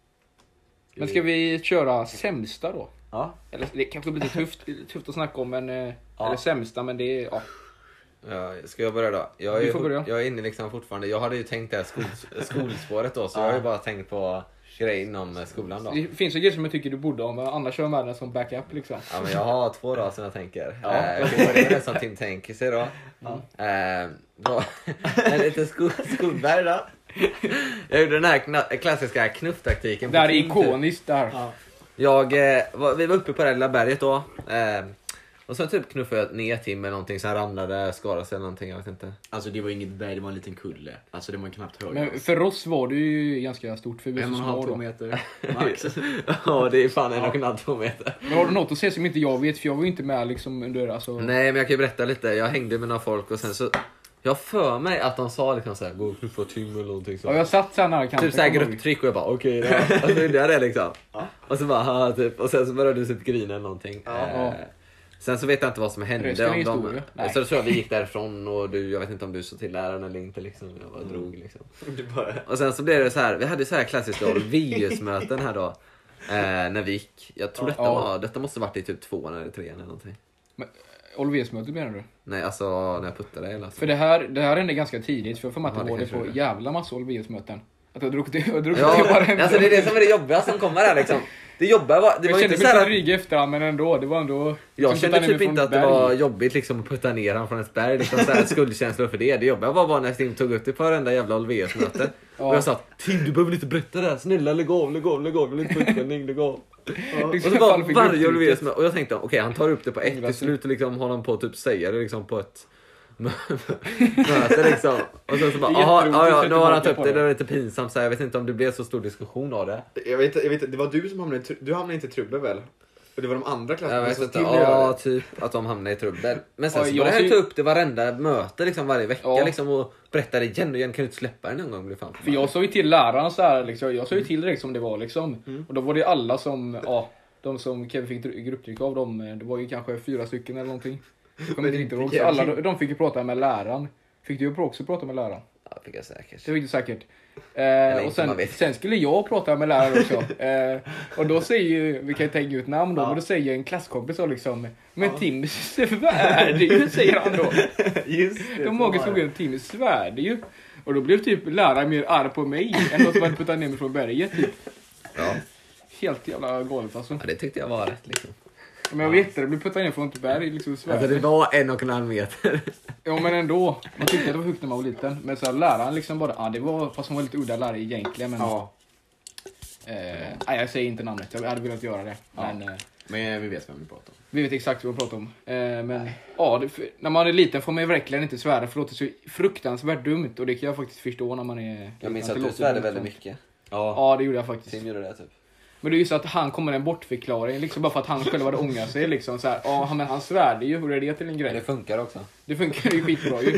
Men ska vi köra sämsta då? Ja. Eller det kanske blir lite tufft, tufft att snacka om, men... eh, Ja. Eller sämsta, men det är, ja. Ja, ska jag börja då? Jag Du är, får fort- börja. jag är inne liksom fortfarande. Jag hade ju tänkt det här skol, skolspåret då, så jag har ju bara tänkt på grejer inom eh, skolan då. Det finns ju grejer som jag tycker du borde ha, men annars kör jag med den som backup liksom. Ja, men jag har två då som jag tänker. Ja. Eh, jag kan börja med det som Tim tänker sig då. Eh, då en liten sko, skolberg då. Jag gjorde den här kna- klassiska knufftaktiken. Det här är Tim, typ. ikoniskt där. Ja. Jag, eh, var, vi var uppe på det här lilla berget då. Eh, och sen typ knuffade jag ner Tim med någonting, sen ramlade, skadade sig eller någonting, jag vet inte. Alltså det var inget berg, det var en liten kulle. Alltså det var knappt hög. Men för oss var det ju ganska stort, för vi är En så och en halv, små två då. meter. Max. Ja, det är fan en och en halv två meter. Men har du något att säga som inte jag vet, för jag var ju inte med liksom under, alltså... Nej, men jag kan ju berätta lite. Jag hängde med några folk och sen så... Jag för mig att de sa liksom såhär, gå och knuffa Tim eller någonting så. Ja, jag satt såhär nära kanten. Typ såhär kommer jag ihåg. grupptryck och jag bara okej okay, då. Och så gjorde jag det liksom. Och så bara haha, typ. Och sen så började du typ grina eller någonting. Ja. Eh, sen så vet jag inte vad som hände. Resten är Om de, historia. Nej. så då tror jag vi gick därifrån och du, jag vet inte om du sa till läraren eller inte liksom. Jag bara drog liksom. Och sen så blev det så här, vi hade så här klassiska Olvius-möten här då. Eh, när vi gick. Jag tror detta Ja. var, detta måste varit i typ tvåan eller trean eller någonting. Olvius-mötet menar du? Nej, alltså när jag puttade eller så. För det här, det här hände ganska tidigt, för jag får med att Ja, det det var det kanske på det. jävla massa Olvius-möten. Att jag drog det, jag drog Ja, det varenda. alltså det är det som är det jobbiga som kommer här liksom. Det jobbiga var, det Jag var kände inte mig så lite här. dryg efter, men ändå, det var ändå... Jag liksom kände putta ner typ mig inte från att det berg. var jobbigt liksom att putta ner han från ett berg. Liksom så här skuldkänslor för det. Det jobbiga var bara när Tim tog upp det på varenda jävla Olveus-möte. Ja. Och jag sa, Tim du behöver inte berätta det här. Snälla lägg av, lägg av, lägg av. Jag vill inte få utskällning, lägg av. Och Liksom så fall var för varje grupptrycket. Olveus-möte. Och jag tänkte, okej han tar upp det på ett. Ångrar Till sig. slut liksom håller han på att typ säga det liksom på ett möte liksom. Och sen så bara, Det är jaha, jätteroligt ja, att ja, se nu har han tillbaka tagit på det. det. Det var lite pinsamt så här. Jag vet inte om det blev så stor diskussion av det. Jag vet, jag vet, det var du som hamnade i tr- du hamnade inte i trubbel väl? Och det var de andra klasserna Jag vet som inte, skulle ja göra det. typ att de hamnar i trubbel. Men sen Ja, så jag började jag ser- ta upp det varenda möte liksom varje vecka Ja. liksom och berätta det igen och igen, kan du inte släppa det någon gång? Blir fan För jag sa ju till läraren så här, liksom, jag sa ju till direkt som det var liksom. Och då var det alla som, ja, de som Kevin fick dr- grupptryck av dem, det var ju kanske fyra stycken eller någonting. Jag kommer inte riktigt ihåg. Så alla, de fick ju prata med läraren. Fick du ju också prata med läraren? Ja, fick jag säkert. Det var inte säkert. Eller Eh, och inte, sen, man vet. sen skulle jag prata med läraren också. Eh, och då säger ju, vi kan ju tänka ut namn då, men då säger en klasskompis så liksom, men Tim svärde ju, säger han då. Just det. De magiska orden, Tim svärde ju. Och då blev typ läraren mer arg på mig än de som hade puttat ner mig från berget typ. Ja. Helt jävla galet alltså. Ja, det tyckte jag var rätt liksom. Men jag vet det, det blev puttat ner från ett berg, liksom svärde. Alltså det var en och en halv meter. Ja men ändå, man tyckte att det var högt när man var liten. Men så här, läraren liksom bara, ja det var, fast hon var lite udda lärare egentligen. Men, Ja, eh, nej jag säger inte namnet, jag hade velat göra det. Ja. Men eh, men vi vet vem vi pratar om. vi vet exakt vad vi pratar om. Eh, men ja, det, för, när man är liten får man ju verkligen inte svära, för det låter så fruktansvärt dumt. Och det kan jag faktiskt förstå när man är... Jag minns det att du låter svärde dumt väldigt sånt. mycket. Ja, Ja, det gjorde jag faktiskt. Tim gjorde det typ. Men det är ju så att han kommer med en bortförklaring, liksom bara för att han själv hade ångrat sig. Liksom, så här, ja, men han svärde ju, hur är det till en Men det grej? funkar också. Det funkar ju skitbra ju.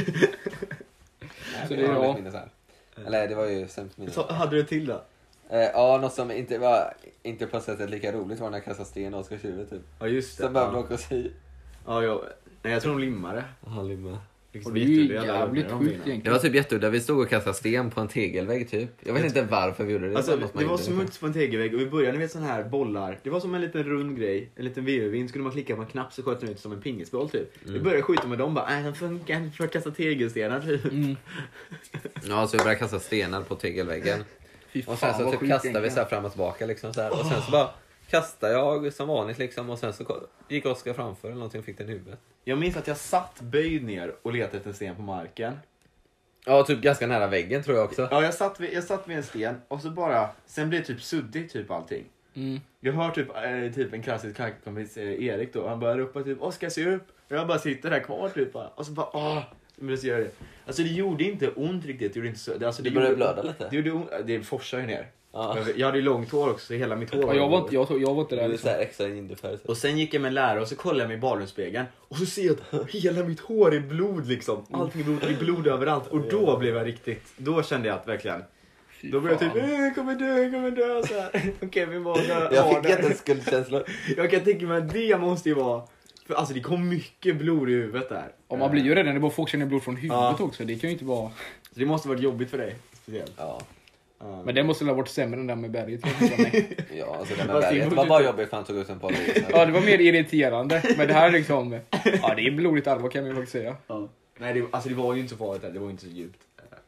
Så det är Jag har ja. ett minne så här. Eller det var ju sämst minne. Så, hade du till då? Eh, ja, något som inte var, inte på sättet lika roligt var när jag kastade sten och Oskar tjuve typ. Ja just det. Sen behövde ja. åka och säga. Ja, jag, nej, jag tror de limmade. Han limmade. Liksom, Och det är ju jätteudda, alla jävligt de sjukt vinner. Det egentligen. var typ jätteudda. Vi stod och kastade sten på en tegelvägg typ. Jag vet inte varför vi gjorde det. Alltså, bara något man det var gjorde, liksom. smuts på en tegelvägg och i början ni vet sån här bollar. Det var som en liten rund grej, en liten virvelvind. Skulle man klicka på en knapp så sköt den ut som en pingisboll typ. Vi började skjuta med dem bara, nej den funkar inte för att kasta tegelstenar typ. Mm. Ja, så vi började kasta stenar på tegelväggen. Fy Och sen fan, så vad typ sjukt kastade vi egentligen. så här fram och tillbaka liksom så här. Och sen så bara kastade jag som vanligt liksom. Och sen så ko- gick Oskar framför eller någonting och fick den i huvudet. Jag minns att jag satt böjd ner och letade efter en sten på marken. Ja, typ ganska nära väggen tror jag också. Ja, jag satt vid, jag satt vid en sten och så bara, sen blev det typ suddigt typ allting. Mm. Jag hör typ, eh, typ en klassisk karakterkompis, eh, Erik då, han bara ropar typ, Oskar se upp. Och jag bara sitter där kvar typ bara. Och så bara, åh, men så gör det. Alltså det gjorde inte ont riktigt, det gjorde inte så. Det, alltså, Du det började gjorde, blöda lite. Det gjorde ont, det forsar ju ner. Ja. Jag hade ju långt hår också, så hela mitt hår Ja, jag var inte, jag, jag var inte Det där är så liksom. här extra indiefärg. Och sen gick jag med en lärare och så kollade jag mig i badrumsspegeln. Och så ser jag att hela mitt hår är blod liksom. Allting är blod, det är blod överallt. Och då blev jag riktigt, då kände jag att verkligen, Då började jag typ, jag kommer dö, jag kommer dö så här. Och Kevin var där. Jag fick jätteskuldkänsla. Jag kan tänka mig att det måste ju vara, för alltså det kom mycket blod i huvudet där. Och man blir ju rädd när det bara folk känner blod från huvudet Ja. också. Det kan ju inte vara... Så det måste varit jobbigt för dig, speciellt. Ja. Ja. Men det måste ha varit sämre än den där med berget. Ja, alltså den med Vad berget Simon var bara tyckte- jobbigt för han tog ut en par år. Ja, det var mer irriterande. Men det här är liksom... Ja, det är blodigt allvar kan man ju faktiskt säga. Ja. Nej, det, alltså det var ju inte så farligt där, det var ju inte så djupt.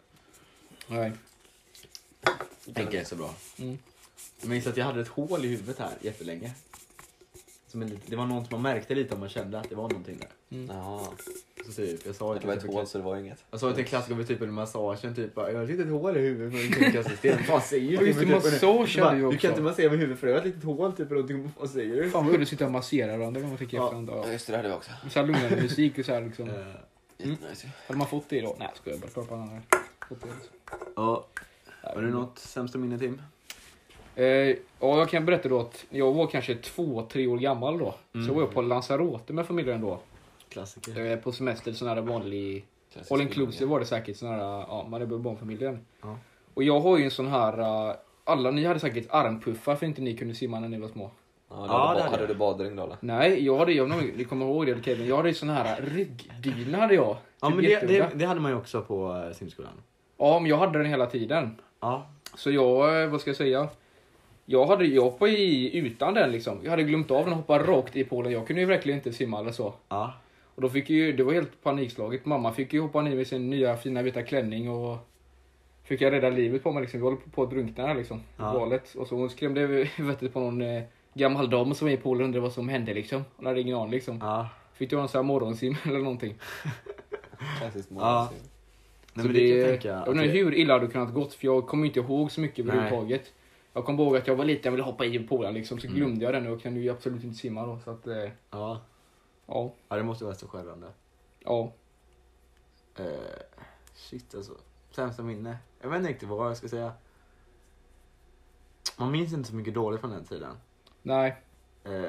Nej. Tänker jag så bra. Mm. Jag minns att jag hade ett hål i huvudet här jättelänge. Som en, lit- det var något man märkte lite om man kände att det var någonting där. Jaha. Så typ, jag sa Det var ett hål så det var inget. Jag sa till en klassiker typ under massagen typ, jag har ett litet hål i huvudet med en kundkassystem. Fan säger Ja, just det, typ, massage du bara, hade ju Du också. kan inte massera med huvudet för det var ett litet hål typ eller någonting. Vad säger du? Fan vad udda att sitta och massera varandra när man tänker Ja. efterhand. Ja, Ja. just det, det hade vi också. Så här lugnande musik och så här liksom. Eh, Jättenice. Hade man fått det då? Nej, ska jag bara prata på annan. Ja, har du något sämsta minne Tim? Eh, ja, jag kan berätta då att jag var kanske två, tre år gammal då. Mm. Så var jag på Lanzarote med familjen då. Klassiker. Eh, på semester, sån här vanlig... All inclusive var det säkert, sån här, ja, man är bara barnfamiljen. Ja. Och jag har ju en sån här... eh, alla ni hade säkert armpuffar för inte ni kunde simma när ni var små. Ja, du Ja, hade, det ba- hade hade jag. du badring då eller? Nej, jag hade, jag vet inte om ni kommer ihåg det Kevin. Jag hade ju sån här ryggdyna hade jag. Ja Typ men det, jätteudda. det, det hade man ju också på uh, simskolan. Ja, men jag hade den hela tiden. Ja. Så jag, eh, vad ska jag säga? Jag hade jag hoppade i utan den liksom. Jag hade glömt av den och hoppade rakt i poolen. Jag kunde ju verkligen inte simma eller så. Ja. Och då fick ju, det var helt panikslaget. Mamma fick ju hoppa ner med sin nya fina vita klänning och fick jag rädda livet på mig liksom. Vi håller på att drunkna här liksom. Ja. Galet. Och så hon skrämde vettet på någon eh, gammal dam som var i poolen och undrade vad som hände liksom. Hon hade ingen aning liksom. Ja. Fick du ha en sån här morgonsim eller någonting. Klassiskt Ja. mål. Nej, Så men det, kan jag det, tänka. jag att vet inte det- hur illa det kunnat gått för jag kommer inte ihåg så mycket Nej. överhuvudtaget. Jag kommer ihåg att jag var liten, jag ville hoppa i poolen liksom, så Mm. glömde jag den och jag kunde ju absolut inte simma då. Så att, eh, Ja. ja, Ja, det måste vara så skärrande. ja. Uh, shit alltså. Sämsta minne. Jag vet inte riktigt vad jag ska säga. Man minns inte så mycket dåligt från den tiden. Nej. Uh,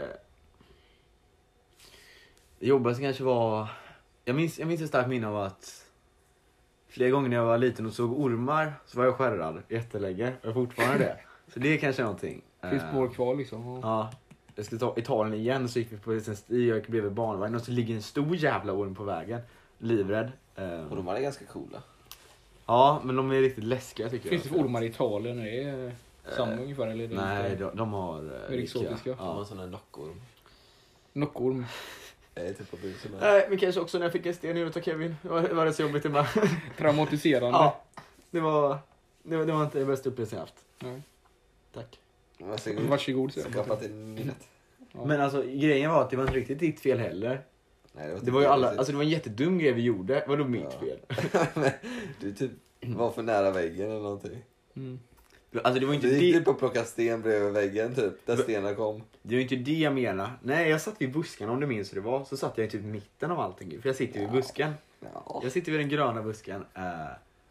det jobbigaste kanske var... Jag minns, jag minns ett starkt minne av att flera gånger när jag var liten och såg ormar så var jag skärrad jättelänge. Jag är fortfarande det. Så det är kanske någonting. Finns Eh, spår kvar liksom. Ja. Jag skulle ta Italien igen så gick vi på en sti, jag gick bredvid barnvagnen och så ligger en stor jävla orm på vägen. Livrädd. Eh, Och de var ganska coola. ja, men de är riktigt läskiga tycker Finns det jag. för ormar i Italien? Det är eh, samma ungefär eller? Är det Nej, inte? de, de har... eh, Är det exotiska? De har Ja. en sån här knockorm. Knockorm. Det är typ på busen. Nej, men kanske också när jag fick en sten i huvudet av Kevin. Det var, det var rätt så jobbigt ibland. Traumatiserande. Ja, det var, det var, det var inte det bästa upplevelsen jag haft. Nej. Tack. Varsågod. Varsågod. säger jag. Skapa till minnet. Ja. Men alltså, grejen var att det var inte riktigt ditt fel heller. Nej, Det var ju alla, typ- alltså det var en jättedum grej vi gjorde. Vadå mitt Ja. fel? Du typ var för nära väggen eller någonting. Mm. Alltså det var inte Du gick det, typ och plockade sten bredvid väggen typ. Där stenen kom. det var inte det jag menar. Nej, jag satt vid busken om du minns hur det var. Så satt jag i typ mitten av allting. För jag sitter vid busken. Ja. Jag sitter vid den gröna busken. eh,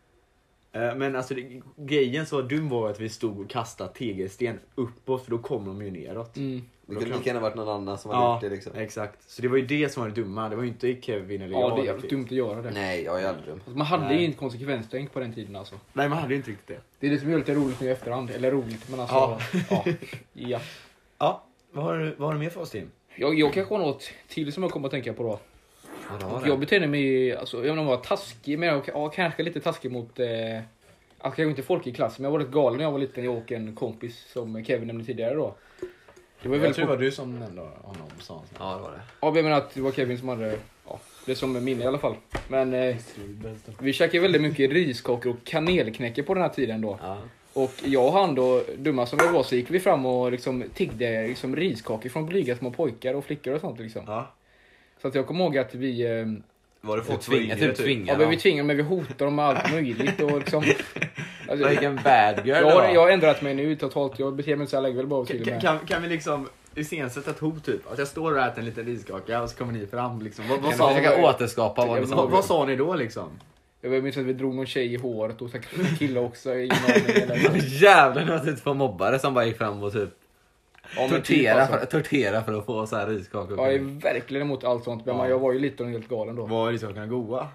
eh, men alltså det, grejen så dum var att vi stod och kastade tegelsten uppåt. För då kom de ju neråt. Mm. Det kunde lika gärna varit någon annan som hade Ja, gjort det liksom. exakt. Så det var ju det som var det dumma. Det var ju inte Kevin eller Ja, jag. det är jävligt dumt att göra det. Nej, jag är aldrig dum. Alltså, man hade Nej. ju inte konsekvenstänk på den tiden alltså. Nej, man hade ju inte riktigt det. Det är det som är lite roligt nu i efterhand. Eller roligt, men alltså... Ja. Ja. ja. Ja, vad har du, vad har du mer för oss Tim? Jag, jag kanske har något till som jag kommer att tänka på då. Ja, det var Och det. jag beter mig, alltså, jag vet inte om jag var taskig, men jag ja, kanske lite taskig mot... Eh, alltså, jag inte folk i klassen, men jag var rätt galen när jag var liten. Jag och en kompis som Kevin nämnde tidigare då. Det var ju Jag väldigt tror det var du som nämnde honom. Sa Ja, det var det. Ja, jag menar att det var Kevin som hade... Ja, det är som minne i alla fall. Men eh, vi käkade väldigt mycket riskakor och kanelknäcke på den här tiden då. Ja. Och jag och han då, dumma som det var, så gick vi fram och liksom tiggde liksom riskakor från blyga små pojkar och flickor och sånt liksom. Ja. Så att jag kommer ihåg att vi... Eh, Var det Du folk som var tvingar, yngre, typ tvingar ja, men vi tvingade, men vi hotade dem med allt möjligt och liksom... Alltså, Vilken bad girl jag, det jag var. har ändrat mig nu totalt, jag beter mig så här lägger väl bara till Kan, med. kan, kan vi liksom iscensätta ett hot typ? Att jag står och äter en liten riskaka och så kommer ni fram liksom. Vad, vad, Kan sa, du försöka jag- återskapa vad jag- du vad, sa? vad sa ni då liksom? Jag minns att vi drog någon tjej i håret och säkert en kille också i någon... Jävlar, det var typ två mobbare som bara gick fram och typ Ja, men typ tortera, alltså. för, tortera för att få så här riskakor. Jag är verkligen emot allt sånt, men Ja. man, jag var ju lite och helt galen då. Var riskakorna goda?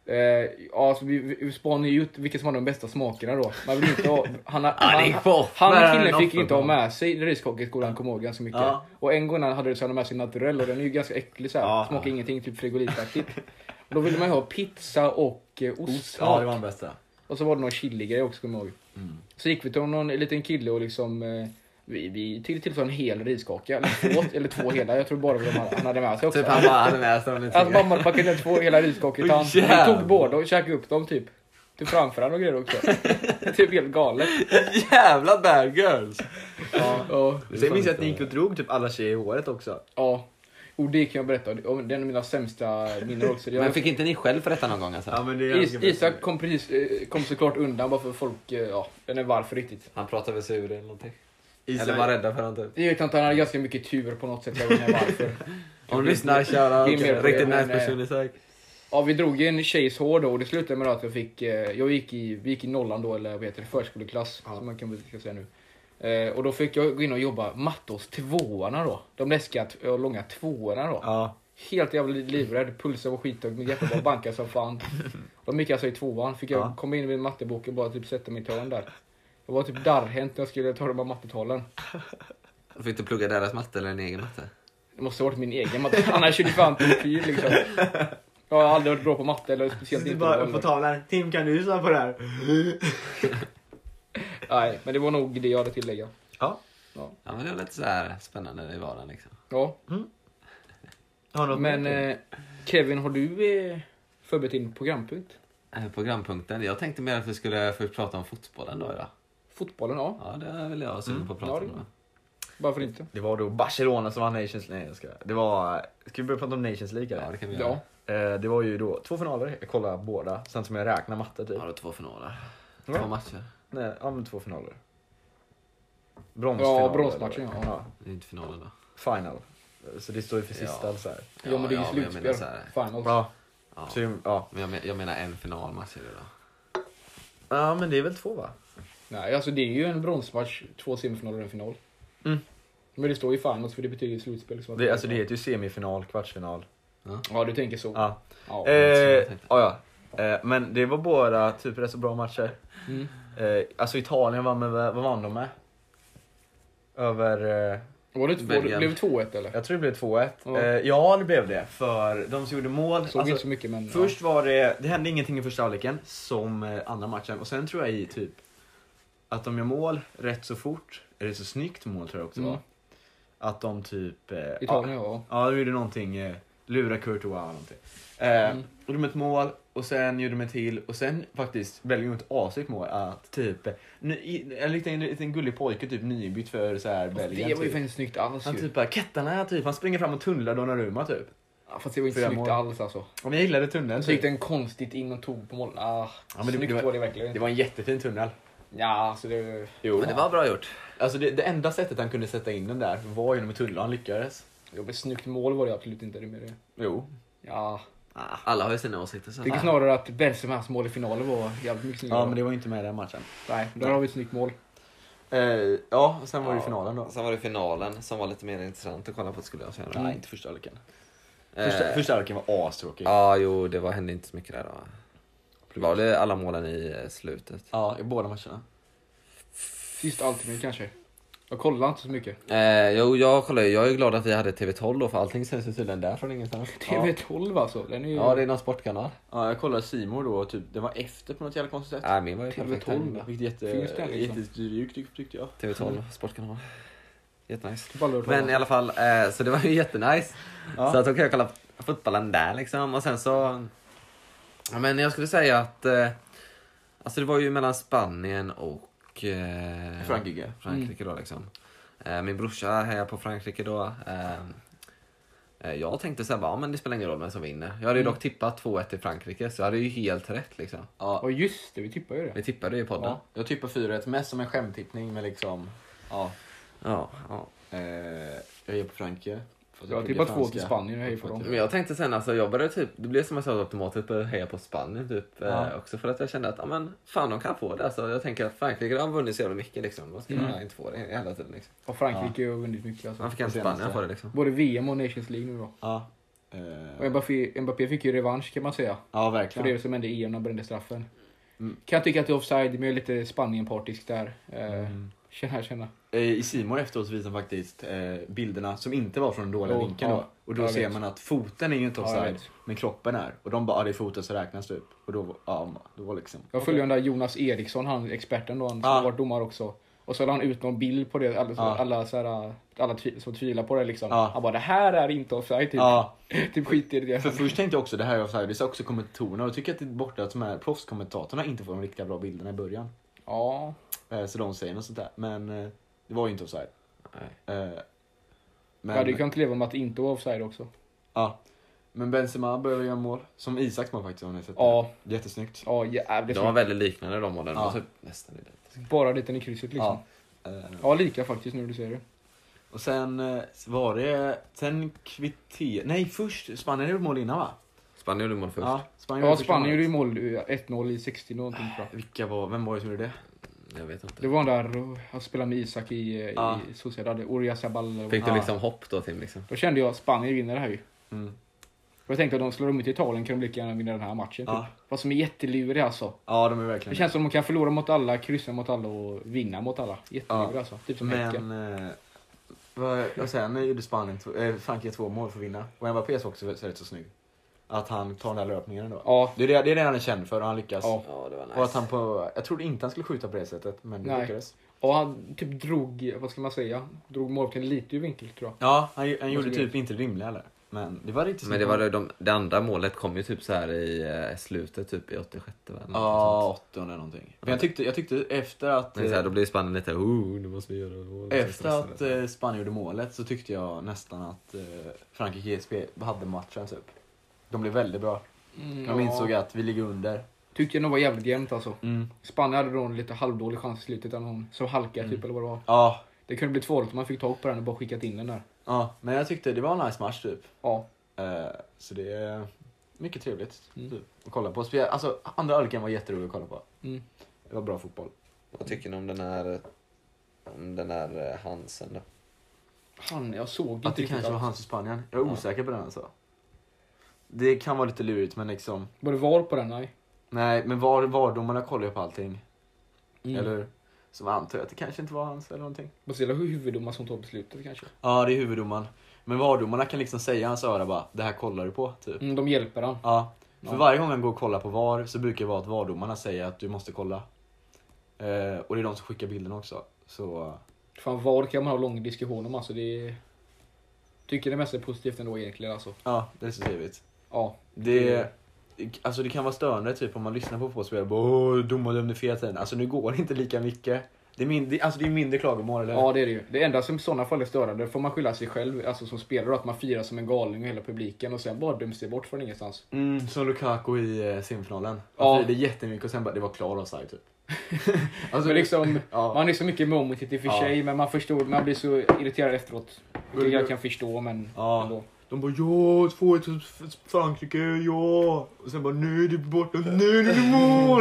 Eh, ja, så vi, vi spanar ju ut vilka som har de bästa smakerna då. Man vill inte ha, han, han, Ja, det är han, fort. han Men killen fick offer inte ha på. med sig riskakelsskolan, kommer ihåg ganska mycket. Ja. Och en gång han hade det så hade han med sig naturell och den är ju ganska äcklig så här. Ja. Smakar ingenting, typ frigolitaktigt. Och då ville man ju ha pizza och eh, ost. Ja, det var den bästa. Och så var det någon chili-grej också, kommer jag ihåg. Mm. Så gick vi till någon liten kille och liksom eh, vi, vi till till en hel riskaka eller två, eller två hela. Jag tror bara de hade, han hade med sig också. Typ han bara hade med sig lite. Alltså mamma packade ner två hela riskakor i hand. Vi tog båda och käkade upp dem typ. Till framför han och grejer också. Typ helt galet. Jävla bad girls. Ja, ja. Sen minns jag att ni gick och drog typ alla tjejer i håret också. Ja. Och det kan jag berätta. Det är en av mina sämsta minnen också. Men fick inte ni själv för detta någon gång alltså? Ja, men det är Is, ganska Isak kom, precis, eh, kom såklart undan bara för folk, eh, ja, den är varför riktigt. Han pratade väl sur eller någonting. Isak- Eller var rädda för han typ. Jag vet inte, han hade ganska mycket tur på något sätt. Jag vet inte varför. Om du lyssnar, köra. Det är mer- Riktigt men, nice person eh, Isak. Ja, vi drog ju en tjejs hår då och det slutade med att jag fick, eh, jag gick i, vi gick i nollan då, eller vad heter det, förskoleklass, som man kan väl ska säga nu. Eh, och då fick jag gå in och jobba matte hos tvåorna då. De läskiga t- och långa tvåorna då. Ja. Helt jävla livrädd, pulsen var skithög, min hjärta bara bankade som fan. De gick alltså i tvåan, fick jag Ja. komma in med matteboken och bara typ sätta mig i törn där. Jag var typ darrhänt när jag skulle ta de här mattetalen. Fick du plugga deras matte eller en egen matte? Det måste ha varit min egen matte. Han är tjugofem till fyr liksom. Jag har aldrig varit bra på matte eller speciellt Du inte. bara på- får ta den här. Tim, kan du svara på det här? Nej, men det var nog det jag hade tillägga. Ja. Ja men det var lite så här spännande i vardagen liksom. Ja, Har något men mer? eh, Kevin, har du eh, förberett in programpunkt? Eh, Programpunkten. Jag tänkte mer att vi skulle få prata om fotbollen då idag. Fotbollen, ja. Ja, det är väl jag sugen på att prata Ja, det- om. då. Varför inte? Det var då Barcelona som vann Nations League. Nej, jag ska. Det var... Ska vi börja prata om Nations League Ja, eller? det kan vi göra. Ja. Eh, det var ju då två finaler. Jag kollade båda. Sen som jag räknar matte typ. Ja, det var två finaler. Ja. Två matcher. Nej, ja men två finaler. Bronsfinaler. Ja, bronsmatchen, eller? ja. ja. Det är inte finalen då. Final. Så det står ju för sista Ja. så här. Ja, men det är ju men jag slutspel. menar så här. Finals. Ja. Ja. Så, det- ja. Men jag, men, jag menar en finalmatch är det då. ja, men det är väl två va? Nej, alltså det är ju en bronsmatch, två semifinaler och en final. Mm. Men det står ju finals för det betyder ju slutspel. Så att Det, alltså det heter ju semifinal, kvartsfinal. Ja, du tänker så. Ja. Ja. Eh, jag tänkte. ja, ja. Eh, men det var båda typ rätt så bra matcher. Mm. Eh, alltså Italien vann med, vad vann de med? Över... Eh, Var det två, det Belgien. blev två ett eller? jag tror det blev två ett. Ja. Eh, ja, det blev det. För de som gjorde mål... Såg alltså, inte så mycket men... först var det... Det hände ingenting i första halvleken som eh, andra matchen. Och sen tror jag i typ... Att de gör mål rätt så fort. Rätt så snyggt mål tror jag också Mm. var. Att de typ... Eh, Italien, ja. ja. Ja, de gjorde någonting. Eh, lura Courtois eller någonting. Eh, Mm. Och de gjorde ett mål. Och sen gjorde de ett till. Och sen faktiskt Belgien gjorde ett asigt mål. Att typ... eh, Ny, i- en liten, en liten gullig pojke typ nybytt för så här Belgien. Det var ju typ. faktiskt snyggt alls Han ju. typ bara, kettarna typ. Han springer fram och tunnlar Donnarumma typ. Ja, fast det var inte Fyra snyggt mål. alls alltså. Och jag gillade tunneln. Så gick Typ. den konstigt in och tog på mål. Ah, Ja, men det- snyggt det var- var det verkligen. Det var en jättefin tunnel. Ja, alltså det... Jo. Men det var bra gjort. Alltså det, det enda sättet han kunde sätta in den där var genom att tunnla. Han lyckades. Jo, men snyggt mål var det absolut inte. Det med det. Jo. Ja. Alla har ju sina åsikter. Så. Jag tycker snarare att Benzema's mål i finalen var jävligt mycket snyggare. Ja, men det var inte med i den matchen. Nej, där har vi ett snyggt mål. Eh, ja, och sen var det Ja. finalen då. Sen var det finalen som var lite mer intressant att kolla på skulle jag säga. Nej, inte första halvleken. Eh, Första, första halvleken var astråkig. Ja, jo, det var, hände inte så mycket där då. Det var väl alla målen i eh, slutet. Ja, i båda matcherna. Sist alltid kanske. Jag kollar inte så mycket. Eh, jo, jag kollar ju. Jag är glad att vi hade T V tolv då, för allting sänds ju tydligen där från ingenstans. T V tolv alltså. Den är ju... Ja, det är någon sportkanal. Ja, jag kollade C More då och typ, det var efter på något jävla konstigt sätt. Nej, min var ju T V perfekt. tolv. Vilket jätte, Finns det liksom? jättedrygt tyck- tyckte jag. T V tolv, sportkanal. Jättenice. Typ aldrig hört Men talas i alla fall, eh, så det var ju jättenice. Ja. Så att då kan jag kolla fotbollen där liksom. Och sen så... Ja, men jag skulle säga att... Eh, alltså det var ju mellan Spanien och... Eh, Frankrike. Frankrike då liksom. Eh, min brorsa hejar på Frankrike då. Eh, eh, jag tänkte så här, bara, ja, men det spelar ingen roll vem som vinner. Jag hade ju Mm. dock tippat två ett till Frankrike, så jag hade ju helt rätt liksom. Ja, Ja just det, vi tippar ju det. Vi tippade ju i podden. ja, jag tippar fyra ett mest som en skämtippning med liksom, ja, Ja, ja. eh, jag är på Frankrike. Fast Jag har pluggar tippat två till franska. Spanien och hej på dem. Men jag tänkte sen, alltså jag började typ, det blev som jag sa automatiskt att heja på Spanien typ. Ja. Eh, också för att jag kände att, ja men fan de kan få det. Alltså, jag tänker att Frankrike har vunnit så jävla mycket liksom. Då ska Mm. man inte få det hela tiden liksom. Och Frankrike har vunnit mycket alltså. Man fick inte senaste. Spanien få det liksom. Både V M och Nations League nu då. Ja. Eh, Och Mbappé, Mbappé fick ju revansch kan man säga. ja, För verkligen. det som hände i E M när brände straffen. Mm. Kan jag tycka att det är offside, men jag är lite Spanien-partisk där. Eh, Mm. Känna, känna. Eh, I Simon efteråt visade han faktiskt eh, bilderna som inte var från den dåliga Jo, vinkeln ja. då. Och då Jag ser vet. man att foten är ju inte Ja, jag offside, vet. men kroppen är. Och de bara, ja det är foten så räknas typ. Och då, ja, då var liksom... Jag följer den där Jonas Eriksson, han experten då, han som Ja. har varit domare också. Och så hade han ut någon bild på det, alla, Ja. alla, så här, alla tvi- som tvivlar på det liksom. Ja. Han bara, det här är inte offside typ. Ja, Typ skit i det. för först tänkte jag också det här är offside. Det sa också kommentatorerna. Och jag tycker att det är borta att de här proffskommentatorerna inte får de riktiga bra bilderna i början. Ja. Eh, så de säger något sånt där. Men eh, det var ju inte offside. Nej. Eh, Jag hade ju kunnat leva med att det inte var offside också. Ja. Men Benzema började göra mål. Som Isaks mål faktiskt, om ni har sett Ja. det. Jättesnyggt. Ja, jävligt. De var väldigt liknande de målen. Ja. Ja. Typ nästan identiska. Bara lite i krysset liksom. Ja. Ja. Eh, lika faktiskt nu du ser det. och sen eh, var det... Sen kvitter... Nej, först. Spanien gjorde mål innan va? Spanien gjorde mål först. Ja, Spanien Ja, gjorde första Spanien gjorde målet. ju mål eh, ett noll i sextio någonting tror jag. Vilka var... Vem var det som gjorde det? Jag vet inte. Det var den där, uh, han spelade med Isak i, eh, Ja. i Sociedad, Oyarzabal. Fick du Ja. liksom hopp då Tim liksom? Då kände jag att Spanien vinner det här ju. Mm. Och jag tänkte att de slår dem ut i Italien kan de lika gärna vinna den här matchen. Typ. Ja. Vad som är jättelurigt alltså. Ja, de är Det verkligen... känns som att de kan förlora mot alla, kryssa mot alla och vinna mot alla. Jättelurigt Ja. alltså. Typ som Häcken. Men... Eh, vad, och sen gjorde Spanien... Två, eh, Frankrike två mål för att vinna. Och Mbappé var också rätt så, så snygg. Att han tar den där löpningen då. Ja. Det är det, det är det han är känd för och han lyckas. Ja. Ja, det var nice. Och att han på... Jag trodde inte han skulle skjuta på det sättet, men det Nej. lyckades. Och han typ drog, vad ska man säga, drog målvakten lite ur vinkel tror jag. Ja, han, han gjorde så typ inte det rimliga heller. Men det var riktigt Men det var det, de, det andra målet kom ju typ så här i eh, slutet typ i åttiosex va? Ja, åttonde någonting. Men jag tyckte, jag tyckte efter att... Men så här, då blir Spanien lite oh, nu måste vi göra mål. Efter att eh, Spanien gjorde målet så tyckte jag nästan att eh, Frankrike spe- hade matchen typ. De blev väldigt bra. Mm, Jag insåg att vi ligger under. Tyckte jag nog var jävligt jämnt alltså. Mm. Spanien hade då en lite halvdålig chans i slutet, där någon som halkade Mm. typ eller vad det var. Ja, Det kunde bli tvåligt om man fick tag på den och bara skickat in den där. ja, men jag tyckte det var en nice match typ. Ja. Eh, så det är mycket trevligt Mm. typ, att kolla på. Spe- Alltså andra halvleken var jätterolig att kolla på. Mm. Det var bra fotboll. Vad tycker ni om den här, om den här eh, Hansen då? Han, jag såg inte Att det riktigt kanske var allt. hans i Spanien. Jag är Ja. osäker på den alltså. Det kan vara lite lurigt men liksom. Var det var på den? Nej. Nej, men var, vardomarna kollar ju på allting. Mm. Eller så antar jag att det kanske inte var hans eller någonting. Måste gälla huvuddomar som tar beslutet kanske. Ja, det är huvuddomaren. Men vardomarna kan liksom säga i hans öra bara, det här kollar du på, typ. Mm, de hjälper han. Ja. För Ja. varje gång han går och kollar på var så brukar det vara att vardomarna säger att du måste kolla. Eh, och det är de som skickar bilderna också. Så Fan, var kan man ha lång diskussion om alltså. Det är... Tycker det mest är positivt ändå egentligen alltså. ja, det är så trevligt. Ja. Det, alltså det kan vara störande typ om man lyssnar på fotbollsspelare och bara åh, domaren dömde fel tiden. Alltså nu går det inte lika mycket. Det är mindre, alltså det är mindre klagomål eller? Ja, det är det ju. Det enda som i sådana fall är störande får man skylla sig själv, alltså som spelare, att man firar som en galning och hela publiken och sen bara döms det bort från ingenstans. Mm, som Lukaku i eh, semifinalen. Ja. Ja. Det är jättemycket och sen bara, det var klar offside typ. alltså, Men liksom, ja. man är så mycket emot det i och för Ja. sig, men man förstår, man blir så irriterad efteråt. Vilket jag kan förstå, men Ja. ändå. De bara ja, två ett Frankrike, ja. Och sen bara nej, det är borta, nej, det är mål.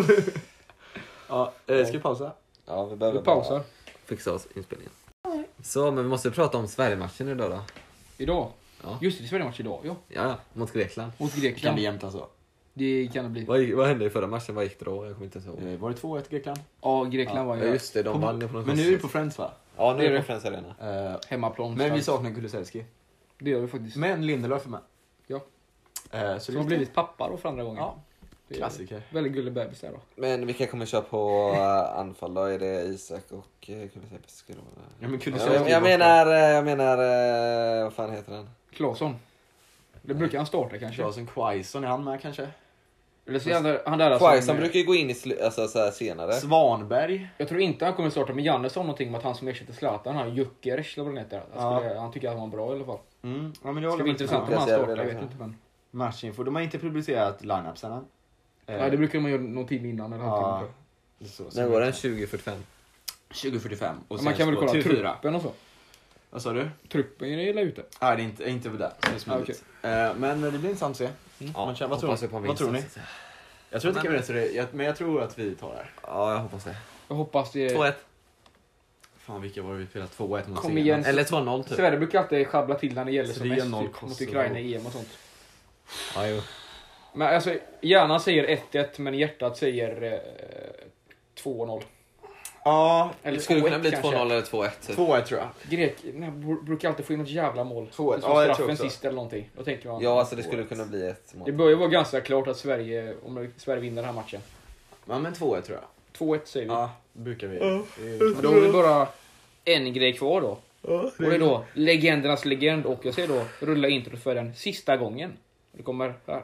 ja, eh, ska vi pausa? Ja, vi behöver Vi pausar. bara fixa oss inspelningen. Så, men vi måste prata om Sverige-matchen idag då. Idag? Ja. Just det, det är Sverige-match idag, ja. Ja, ja, mot Grekland. Mot Kan Grekland. bli jämnt alltså. Det kan det bli. Vad, vad hände i förra matchen? Vad gick det då? Jag kommer inte ihåg. Eh, var det två ett Grekland? Ja, Grekland var Ja, ju just det. De På- vann ju på något Men nu är det på Friends va? Ja, nu Det är är det det. på Friends Arena. Eh, hemmaplan. men vi starkt. saknar Kulusevski. Det gör vi faktiskt. Men Lindelöf är med. Ja. Eh, så Som det har är blivit pappa då för andra gången. Ja, Det är klassiker. Väldigt gullig bebis där då. Men vilka kommer köra på uh, anfall då? Är det Isak och uh, Kulusevski då? Ja, men Jag, Kulusevski jag, är jag borta. menar, eh, jag menar, uh, vad fan heter han? Claesson. Det brukar han starta kanske. Klasen Quaison, är han med kanske? Eller så är han, han där Quaison som, brukar ju gå in i slu- alltså, så här senare. Svanberg. Jag tror inte han kommer starta, men Janne sa någonting om att han som ersätter Zlatan, han Jukkers eller vad den heter. Han, Ja. skulle, han tycker att han var bra i alla fall. Mm. Ja, men det Det var ska bli intressant om han Jag ser startar, det jag vet också. inte men. Matchinfo. De har inte publicerat line-upsen än. Eh, Nej, det brukar man göra någon timme innan eller halvtimme ja, för. det är så. När går den? tjugo fyrtiofem. tjugo fyrtiofem. Och Man sen kan väl så kolla T fyra. truppen och så. Vad sa du? Truppen är hela ute. Nej, det är inte, inte för det. Så det är smidigt. Ah, Eh, men det blir intressant att se. Ja, Man känner- vad tror- hoppas vi på en vad vinst, tror ni? så att säga. Jag tror inte det kan bli rätt så det, jag, men jag tror att vi tar det här. Ja, jag hoppas det. Jag hoppas det. två ett. Fan, vilka var det vi spelade? två ett mot Kom Sverige. igen. Eller två noll typ. Sverige brukar alltid schabbla till när det gäller som tre mest noll typ, mot Kosovo. Ukraina i E M och sånt. Ja, jo. Men alltså, hjärnan säger ett ett, men hjärtat säger eh, två noll. Ja, Eller Det skulle kunna bli kanske. två noll eller två ett. Typ. två ett tror jag. Grek nej, br- brukar alltid få in något jävla mål. två ett. Så Ja, jag tror straffen också. sist eller någonting. Då tänker man. Ja, alltså det skulle kunna bli ett mål. Det bör ju vara ganska klart att Sverige, om Sverige vinner den här matchen. Ja, men två ett tror jag. två ett säger vi. Ja, brukar vi. Men då har vi bara en grej kvar då. Och det är då legendernas legend. Och jag säger då rulla introt för den sista gången. Det kommer här.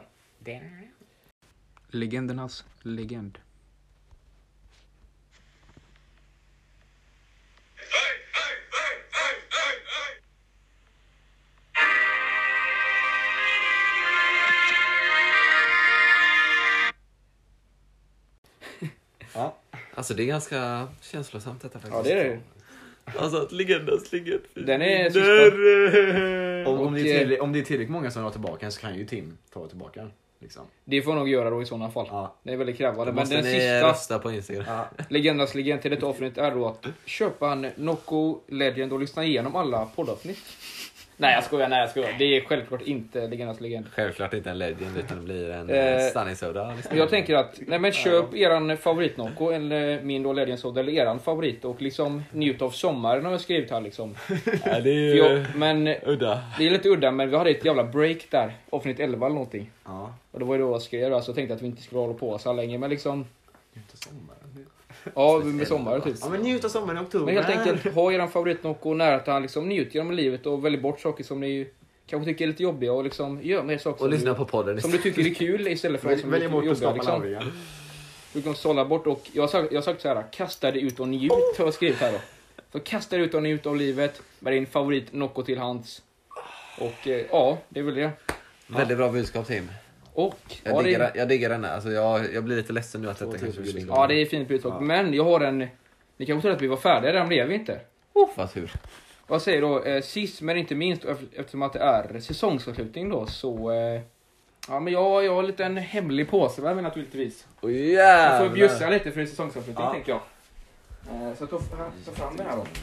Legendernas legend. Ja. Alltså det är ganska känslosamt detta faktiskt. Ja, det är det. Alltså att legendens legend. Den är sista. Om, om, det är Och, eh, tillräckligt, om det är tillräckligt många som har tillbaka så kan ju Tim ta tillbaka den. Liksom. Det får nog göra då i sådana fall. Ja. Det är väldigt krävande. Då Men måste den ni sista rösta på Instagram. Ja. legendernas legend till detta avsnitt är då att köpa en Nocco Legend och lyssna igenom alla poddavsnitt. Nej jag skojar, nej jag skojar. Det är självklart inte legendernas legend. Självklart inte en legend utan det blir en Eh, eh, Stunning Soda. Och jag tänker att, nej men köp eran favorit Nocco eller min då Legend Soda eller eran favorit och liksom njut av sommaren har jag skrivit här liksom. Ja, det är ju Jag, men udda. det är lite udda, men vi hade ett jävla break där, avsnitt elva eller någonting. Ja. Och det var ju då jag skrev alltså, jag tänkte att vi inte skulle hålla på så här länge, men liksom, Njut av sommaren. ja med sommar typ. Ja, men njut av sommaren i oktober. Men helt enkelt, ha eran favorit Nocco nära att han liksom njuter genom livet och väljer bort saker som ni kanske tycker är lite jobbiga och liksom gör mer saker Och som, lyssna du, på podden. som du tycker är kul istället för Väl, som välj är bort och jobbiga skapa liksom. lavriga. Du kan sålla bort och jag har sagt, jag har sagt så här: kasta dig ut och njut har jag skrivit här då. Så kasta dig ut och njut av livet med din favorit Nocco till hands. Och eh, ja, det är väl det. Väldigt bra budskap Tim. Och Jag, ja, diggar, det, jag diggar den här. Alltså jag, jag blir lite ledsen nu att detta Två kanske tusen försvinner. ja, det är fint budskap. Ja. Men jag har en, ni kanske tror att vi var färdiga, där blev vi inte. Vad tur. Vad säger då, eh, sist men inte minst eftersom att det är säsongsavslutning då så eh, ja men jag, jag har en liten hemlig påse med mig naturligtvis. Oh, Jag får bjussa lite för en säsongsavslutning Ja. tänker jag. Eh, så ta, ta fram den här då.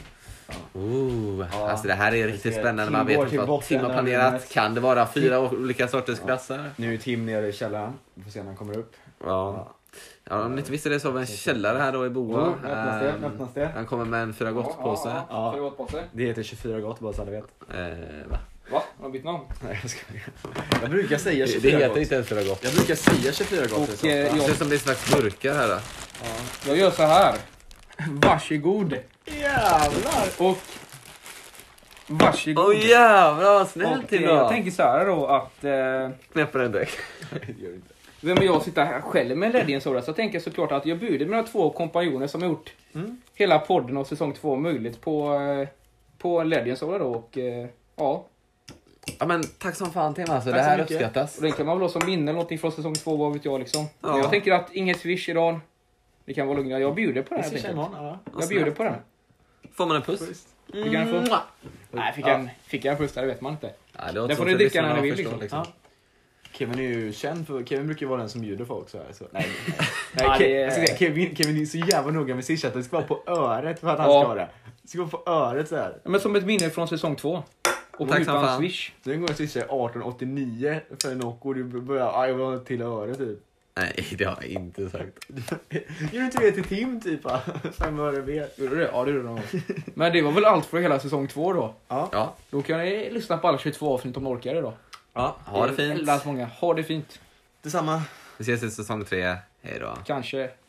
Oh, Ja. alltså det här är riktigt ska- spännande. Tim Man vet går inte till vad botten Tim har av planerat. rummet. Kan det vara fyra olika sorters glassar? Nu är Tim nere i källaren. Vi får se när han kommer upp. Ja. Ja, om ni inte visste det så har vi en källare här då i Boa. Ja, öppnas det, Ehm, öppnas det. Han kommer med en fyra gott-påse. Ja, Ja. ja, ja. Påse. Det heter tjugofyra gott, bara så alla vet. Eh, va? Va? Har du bytt namn? Nej, jag skojar. Jag brukar säga Det tjugofyra heter gott. inte ens fyra gott. Jag brukar säga tjugofyra gott. Och så. eh, Det jag, känns som det är slags burkar här då. jag gör så här. Varsågod. Jävlar! Och varsågod. Åh oh, jävlar vad och, snällt eh, Tim jag då. tänker så här då att eh, Knäpper den direkt. Det gör det inte. vem är jag sitter här själv med Legend Soda, så tänker jag såklart att jag bjuder mina två kompanjoner som har gjort Mm. hela podden och säsong två möjligt på, eh, på Legend Soda då och eh, ja. Ja men tack som fan Tim alltså. Tack Det så här mycket. uppskattas. Och den kan man väl ha som minne eller någonting från säsong två, vad vet jag liksom. Ja. Men jag tänker att ingen swish idag. Det kan vara lugna. Jag bjuder på den här. Vi ska helt känna enkelt. honom, ja. Jag bjuder på den. Får man en puss? Fick jag en få? Nej, fick jag en, fick jag en puss där, det vet man inte. Ja, det låter Den får så ni för dricka när lyssnarna ni att vill, förstå, liksom. Kevin är ju känd för... Kevin brukar ju vara den som bjuder folk så här. Så. Nej, nej. Ja, nej det Ke- är- jag ska säga, Kevin, Kevin är så jävla noga med swishat. Det ska vara på öret för att han Ja. ska ha det. Det ska vara på öret så här. Men som ett minne från säsong två. Och Tack som utan fan. swish. Så en gång jag swishade arton åttionio för en Nocco. Du började... Aj, jag var till öret typ. Nej det har jag inte sagt. Gör du inte det till Tim typ? va? Fem öre mer. Gjorde du det? Ja, det gjorde de. Men det var väl allt för hela säsong två då. Ja, Då kan ni lyssna på alla tjugotvå avsnitt om ni orkar det då. ja ha det fint. Väldigt många. Ha det fint. Detsamma. Vi ses i säsong tre. Hej då. Kanske.